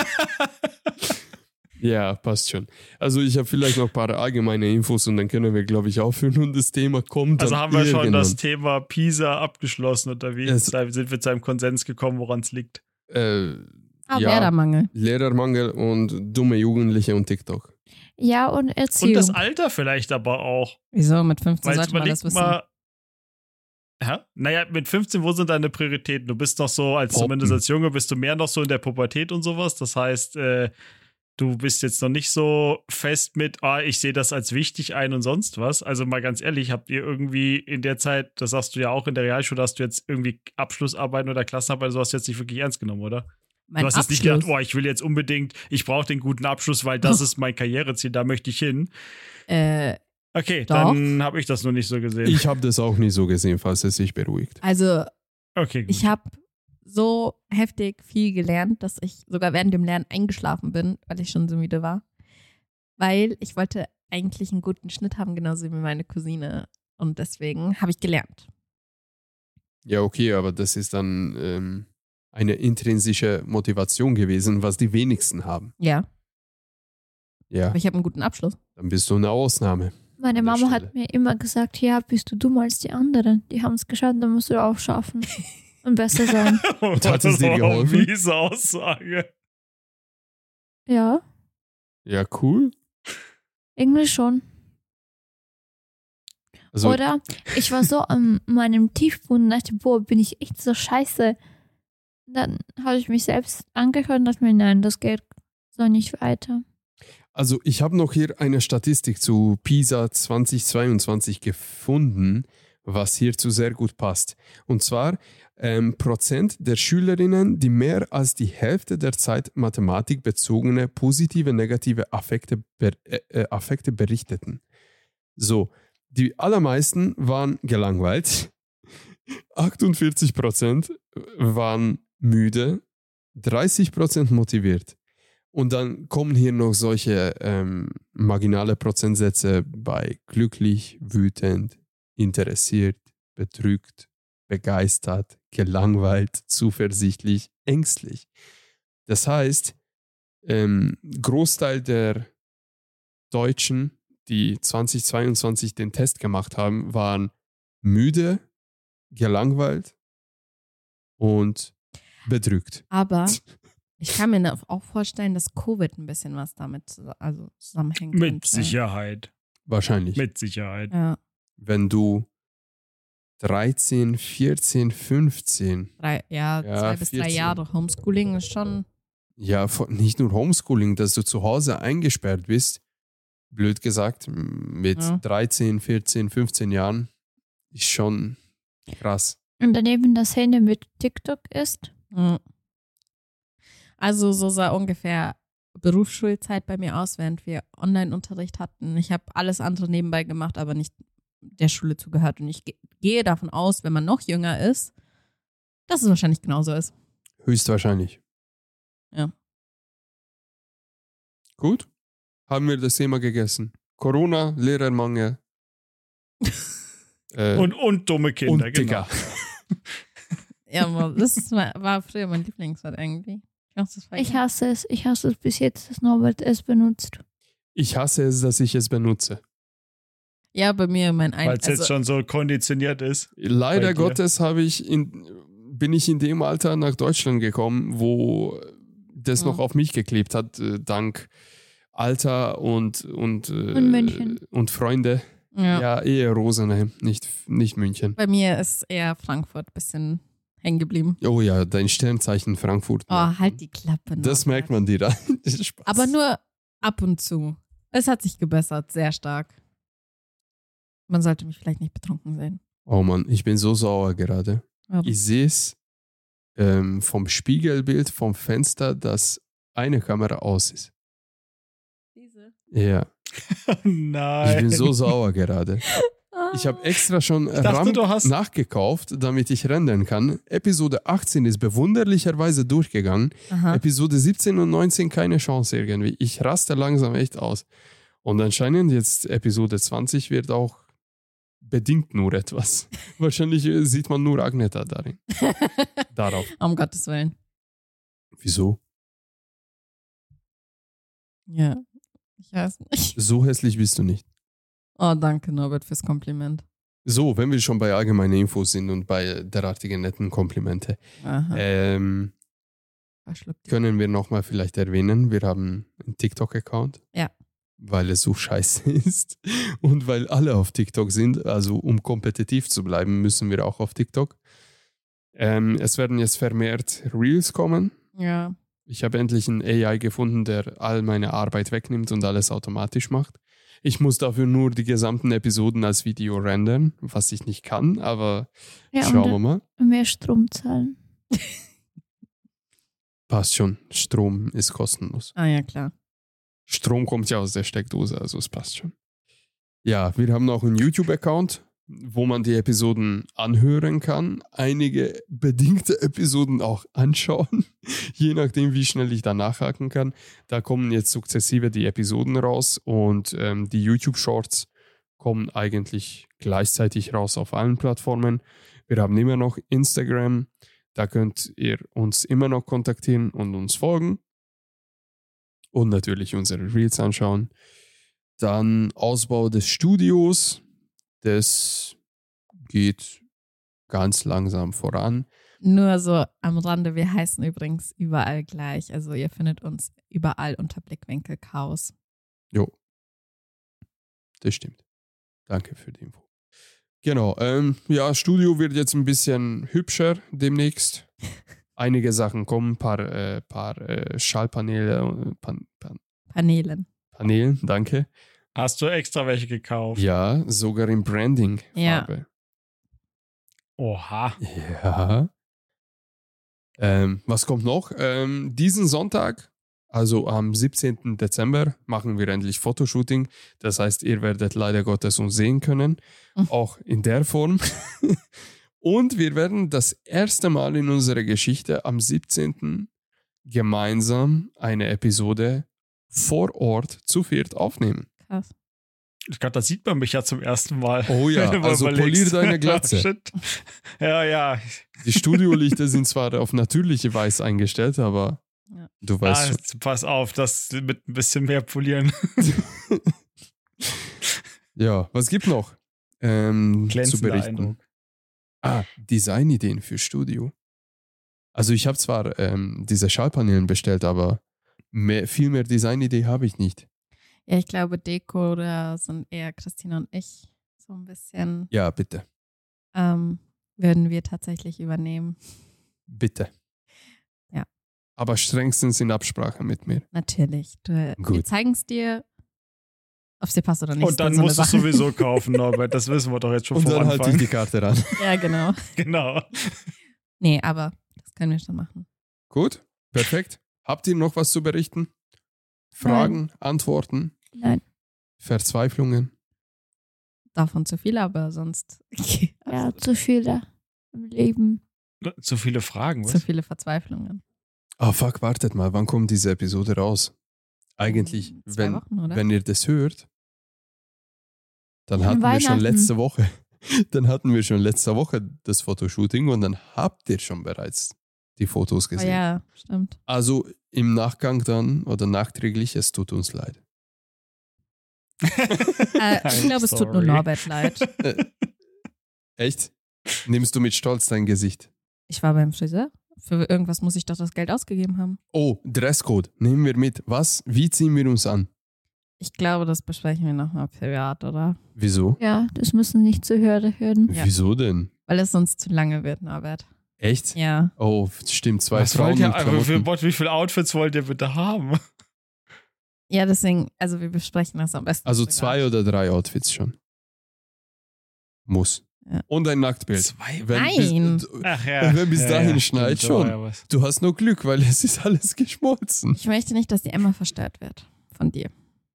Ja, passt schon. Also ich habe vielleicht noch ein paar allgemeine Infos und dann können wir, glaube ich, aufhören und das Thema kommt Also dann haben wir schon irgendwann. das Thema Pisa abgeschlossen oder wie? Es- Da sind wir zu einem Konsens gekommen, woran es liegt. Äh, Ah, ja, Lehrermangel. Lehrermangel und dumme Jugendliche und TikTok. Ja, und Erziehung. Und das Alter vielleicht aber auch. Wieso? Mit fünfzehn Weil sollte man das überleg wissen. mal. Ja? Naja, mit fünfzehn, wo sind deine Prioritäten? Du bist noch so, als Poppen. zumindest als Junge, bist du mehr noch so in der Pubertät und sowas. Das heißt, äh, du bist jetzt noch nicht so fest mit, ah, ich sehe das als wichtig ein und sonst was. Also mal ganz ehrlich, habt ihr irgendwie in der Zeit, das sagst du ja auch in der Realschule, hast du jetzt irgendwie Abschlussarbeiten oder Klassenarbeiten, so hast du jetzt nicht wirklich ernst genommen, oder? Mein du hast jetzt nicht Abschluss. gedacht, boah, ich will jetzt unbedingt, ich brauche den guten Abschluss, weil das ist mein Karriereziel, da möchte ich hin. Äh, Okay, Doch. dann habe ich das nur nicht so gesehen. Ich habe das auch nie so gesehen, falls es sich beruhigt. also, okay, gut. ich habe so heftig viel gelernt, dass ich sogar während dem Lernen eingeschlafen bin, weil ich schon so müde war. Weil ich wollte eigentlich einen guten Schnitt haben, genauso wie meine Cousine. Und deswegen habe ich gelernt. Ja, okay, aber das ist dann ähm, eine intrinsische Motivation gewesen, was die wenigsten haben. Ja, Ja, aber ich habe einen guten Abschluss. dann bist du eine Ausnahme. Meine An der Mama Stelle. hat mir immer gesagt, ja, bist du dummer als die anderen. Die haben es geschafft, dann musst du auch schaffen und besser sein. Und hat es dir geholfen? Miese Aussage. Ja, Ja, cool. irgendwie schon. Also, Oder ich war so an meinem Tiefpunkt und dachte, boah, bin ich echt so scheiße. Dann habe ich mich selbst angehört und dachte mir, nein, das geht so nicht weiter. also ich habe noch hier eine Statistik zu PISA zwanzig zweiundzwanzig gefunden, was hierzu sehr gut passt. Und zwar ähm, Prozent der Schülerinnen, die mehr als die Hälfte der Zeit mathematikbezogene positive, negative Affekte, ber äh, äh, Affekte berichteten. So, die allermeisten waren gelangweilt, achtundvierzig Prozent waren müde, dreißig Prozent motiviert. Und dann kommen hier noch solche ähm, marginale Prozentsätze bei glücklich, wütend, interessiert, betrübt, begeistert, gelangweilt, zuversichtlich, ängstlich. Das heißt, ähm, Großteil der Deutschen, die zwanzig zweiundzwanzig den Test gemacht haben, waren müde, gelangweilt und bedrückt. Aber ich kann mir auch vorstellen, dass Covid ein bisschen was damit zus- also zusammenhängt. Mit Sicherheit. Wahrscheinlich. Mit Sicherheit. Ja, Wenn du dreizehn, vierzehn, fünfzehn, drei, ja, Ja, zwei bis drei vierzehn. Jahre Homeschooling ist schon. ja, von- nicht nur Homeschooling, dass du zu Hause eingesperrt bist, blöd gesagt, mit Ja. dreizehn, vierzehn, fünfzehn Jahren, ist schon krass. Und daneben das Handy mit TikTok ist. Ja. Also so sah ungefähr Berufsschulzeit bei mir aus, während wir Online-Unterricht hatten. Ich habe alles andere nebenbei gemacht, aber nicht der Schule zugehört. Und ich ge- gehe davon aus, wenn man noch jünger ist, dass es wahrscheinlich genauso ist. Höchstwahrscheinlich. Ja. Gut, haben wir das Thema gegessen. Corona, Lehrermangel. äh, Und, und dumme Kinder, und genau. Digger. Ja, aber das ist, war früher mein Lieblingswort irgendwie. Ich, mach das Ich hasse es. Ich hasse es bis jetzt, dass Norbert es benutzt. Ich hasse es, dass ich es benutze. Ja, bei mir mein ein. Weil es jetzt schon so konditioniert ist. Leider Bei dir? Gottes habe ich in, bin ich in dem Alter nach Deutschland gekommen, wo das Ja. noch auf mich geklebt hat, äh, dank Alter und, und, äh, Und München. und Freunde. Ja. Ja, eher Rosenheim, nicht, nicht München. Bei mir ist eher Frankfurt ein bisschen hängen geblieben. Oh ja, dein Sternzeichen Frankfurt. Oh, halt die Klappe. Das Norbert. merkt man dir da. Das ist Spaß. Aber nur ab und zu. Es hat sich gebessert, sehr stark. Man sollte mich vielleicht nicht betrunken sehen. Oh Mann, ich bin so sauer gerade. Aber Ich sehe es ähm, vom Spiegelbild vom Fenster, dass eine Kamera aus ist. diese. Ja, Nein. ich bin so sauer gerade. Ich habe extra schon dachte, RAM du hast- nachgekauft, damit ich rendern kann. Episode achtzehn ist bewunderlicherweise durchgegangen. Aha. Episode siebzehn und neunzehn keine Chance irgendwie. Ich raste langsam echt aus. Und anscheinend jetzt Episode zwanzig wird auch bedingt nur etwas. Wahrscheinlich äh, sieht man nur Agneta darin. Darauf. Um Gottes Willen. Wieso? Ja. Ich weiß nicht. So hässlich bist du nicht. Oh, danke, Norbert, fürs Kompliment. So, wenn wir schon bei allgemeinen Infos sind und bei derartigen netten Komplimente, Aha. ähm, Verschluckt. können wir nochmal vielleicht erwähnen, wir haben einen TikTok-Account. Ja. Weil es so scheiße ist und weil alle auf TikTok sind. Also um kompetitiv zu bleiben, müssen wir auch auf TikTok. Ähm, es werden jetzt vermehrt Reels kommen. Ja. Ich habe endlich einen A I gefunden, der all meine Arbeit wegnimmt und alles automatisch macht. Ich muss dafür nur die gesamten Episoden als Video rendern, was ich nicht kann, aber Ja, schauen wir und mal. mehr Strom zahlen. Passt schon. Strom ist kostenlos. Ah, ja, klar. Strom kommt ja aus der Steckdose, also es passt schon. Ja, wir haben auch einen YouTube-Account. wo man die Episoden anhören kann, einige bedingte Episoden auch anschauen, je nachdem, wie schnell ich da nachhaken kann. Da kommen jetzt sukzessive die Episoden raus und ähm, die YouTube-Shorts kommen eigentlich gleichzeitig raus auf allen Plattformen. Wir haben immer noch Instagram, da könnt ihr uns immer noch kontaktieren und uns folgen und natürlich unsere Reels anschauen. Dann Ausbau des Studios, das geht ganz langsam voran. Nur so am Rande, wir heißen übrigens überall gleich. Also ihr findet uns überall unter Blickwinkel Chaos. Jo, das stimmt. Danke für die Info. Genau, ähm, ja, Studio wird jetzt ein bisschen hübscher demnächst. Einige Sachen kommen, ein paar, äh, paar äh, Schallpaneele, Pan, Pan, Paneelen. Paneelen, danke. Hast du extra welche gekauft? Ja, sogar in Branding-Farbe. Ja. Oha. Ja. Ähm, was kommt noch? Ähm, diesen Sonntag, also am siebzehnten Dezember, machen wir endlich Fotoshooting. Das heißt, ihr werdet leider Gottes uns sehen können. Mhm. Auch in der Form. Und wir werden das erste Mal in unserer Geschichte am siebzehnten gemeinsam eine Episode vor Ort zu viert aufnehmen. Krass. Ich glaube, da sieht man mich ja zum ersten Mal. Oh ja, Wenn du mal also überlegst. polier deine Glatze. Shit. Ja, ja. Die Studiolichter sind zwar auf natürliche Weise eingestellt, aber Ja. du weißt Ah, schon. jetzt pass auf, das mit ein bisschen mehr polieren. Ja, was gibt noch ähm, zu Glänzender berichten? Eindruck. Ah, Designideen für Studio. Also ich habe zwar ähm, diese Schallpaneelen bestellt, aber mehr, viel mehr Designidee habe ich nicht. Ja, ich glaube, Deko, da sind eher Christina und ich so ein bisschen, Ja, bitte. ähm, würden wir tatsächlich übernehmen. Bitte. Ja. Aber strengstens in Absprache mit mir. Natürlich. Du, wir Gut. zeigen es dir, ob es dir passt oder nicht. Und dann ist so musst du eine es Sache. sowieso kaufen, Norbert. Das wissen wir doch jetzt schon Und vom dann halte Anfang. ich die Karte ran. Ja, genau. Genau. Nee, aber das können wir schon machen. Gut, perfekt. Habt ihr noch was zu berichten? Fragen, Antworten, Nein. Verzweiflungen? Davon zu viel, aber sonst Ja, zu viele im Leben. Zu viele Fragen, was? zu viele Verzweiflungen. Ah, fuck, wartet mal, wann kommt diese Episode raus? Eigentlich, In zwei wenn, Wochen, oder? wenn ihr das hört, dann An hatten wir schon Weihnachten. letzte Woche, dann hatten wir schon letzte Woche das Fotoshooting und dann habt ihr schon bereits die Fotos Oh gesehen. ja, stimmt. Also im Nachgang dann oder nachträglich, es tut uns leid. Äh, ich glaube, es tut nur Sorry. Norbert leid. Echt? Nimmst du mit Stolz dein Gesicht? Ich war beim Friseur. Für irgendwas muss ich doch das Geld ausgegeben haben. Oh, Dresscode, nehmen wir mit. Was? Wie ziehen wir uns an? Ich glaube, das besprechen wir nochmal privat, oder? Wieso? Ja, das müssen nicht zu hören hören. Ja. Wieso denn? Weil es sonst zu lange wird, Norbert. Echt? Ja. Oh, stimmt, zwei Was Frauen wollt in ihr, aber Klamotten. wie, wie viele Outfits wollt ihr bitte haben? Ja, deswegen, also wir besprechen das am besten. Also privat. zwei oder drei Outfits schon. Muss. Ja. Und ein Nacktbild. Zwei? Wenn Nein. Bis, Ach ja. Wenn bis ja, dahin ja, schneit, stimmt, da war schon. ja was. Du hast nur Glück, weil es ist alles geschmolzen. Ich möchte nicht, dass die Emma verstört wird von dir.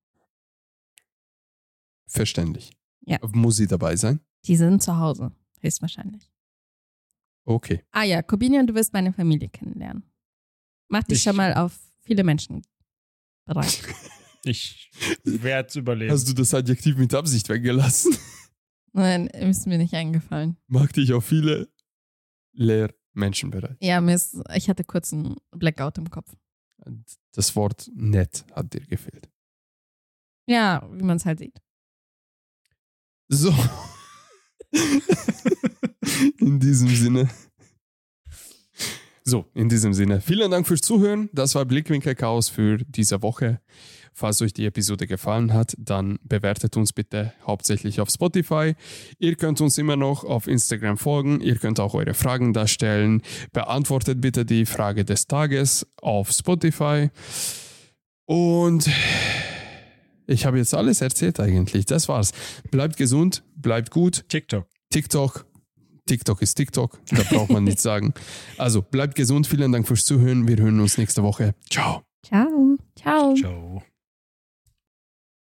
Verständlich. Ja. Muss sie dabei sein? Die sind zu Hause, höchstwahrscheinlich. Okay. Ah ja, Corbinian, du wirst meine Familie kennenlernen. Mach dich Ich- schon mal auf viele Menschen bereit. Ich werde es überleben. Hast du das Adjektiv mit Absicht weggelassen? Nein, ist mir nicht eingefallen. Mag dich auf viele leer Menschen bereit. Ja, mir ist, ich hatte kurz einen Blackout im Kopf. Das Wort nett hat dir gefehlt. Ja, wie man es halt sieht. So. In diesem Sinne. So, in diesem Sinne. Vielen Dank fürs Zuhören. Das war Blickwinkel Chaos für diese Woche. Falls euch die Episode gefallen hat, dann bewertet uns bitte hauptsächlich auf Spotify. Ihr könnt uns immer noch auf Instagram folgen. Ihr könnt auch eure Fragen da stellen. Beantwortet bitte die Frage des Tages auf Spotify. Und ich habe jetzt alles erzählt eigentlich. Das war's. Bleibt gesund, bleibt gut. TikTok. TikTok. TikTok ist TikTok. Da braucht man nichts sagen. Also bleibt gesund. Vielen Dank fürs Zuhören. Wir hören uns nächste Woche. Ciao. Ciao. Ciao. Ciao.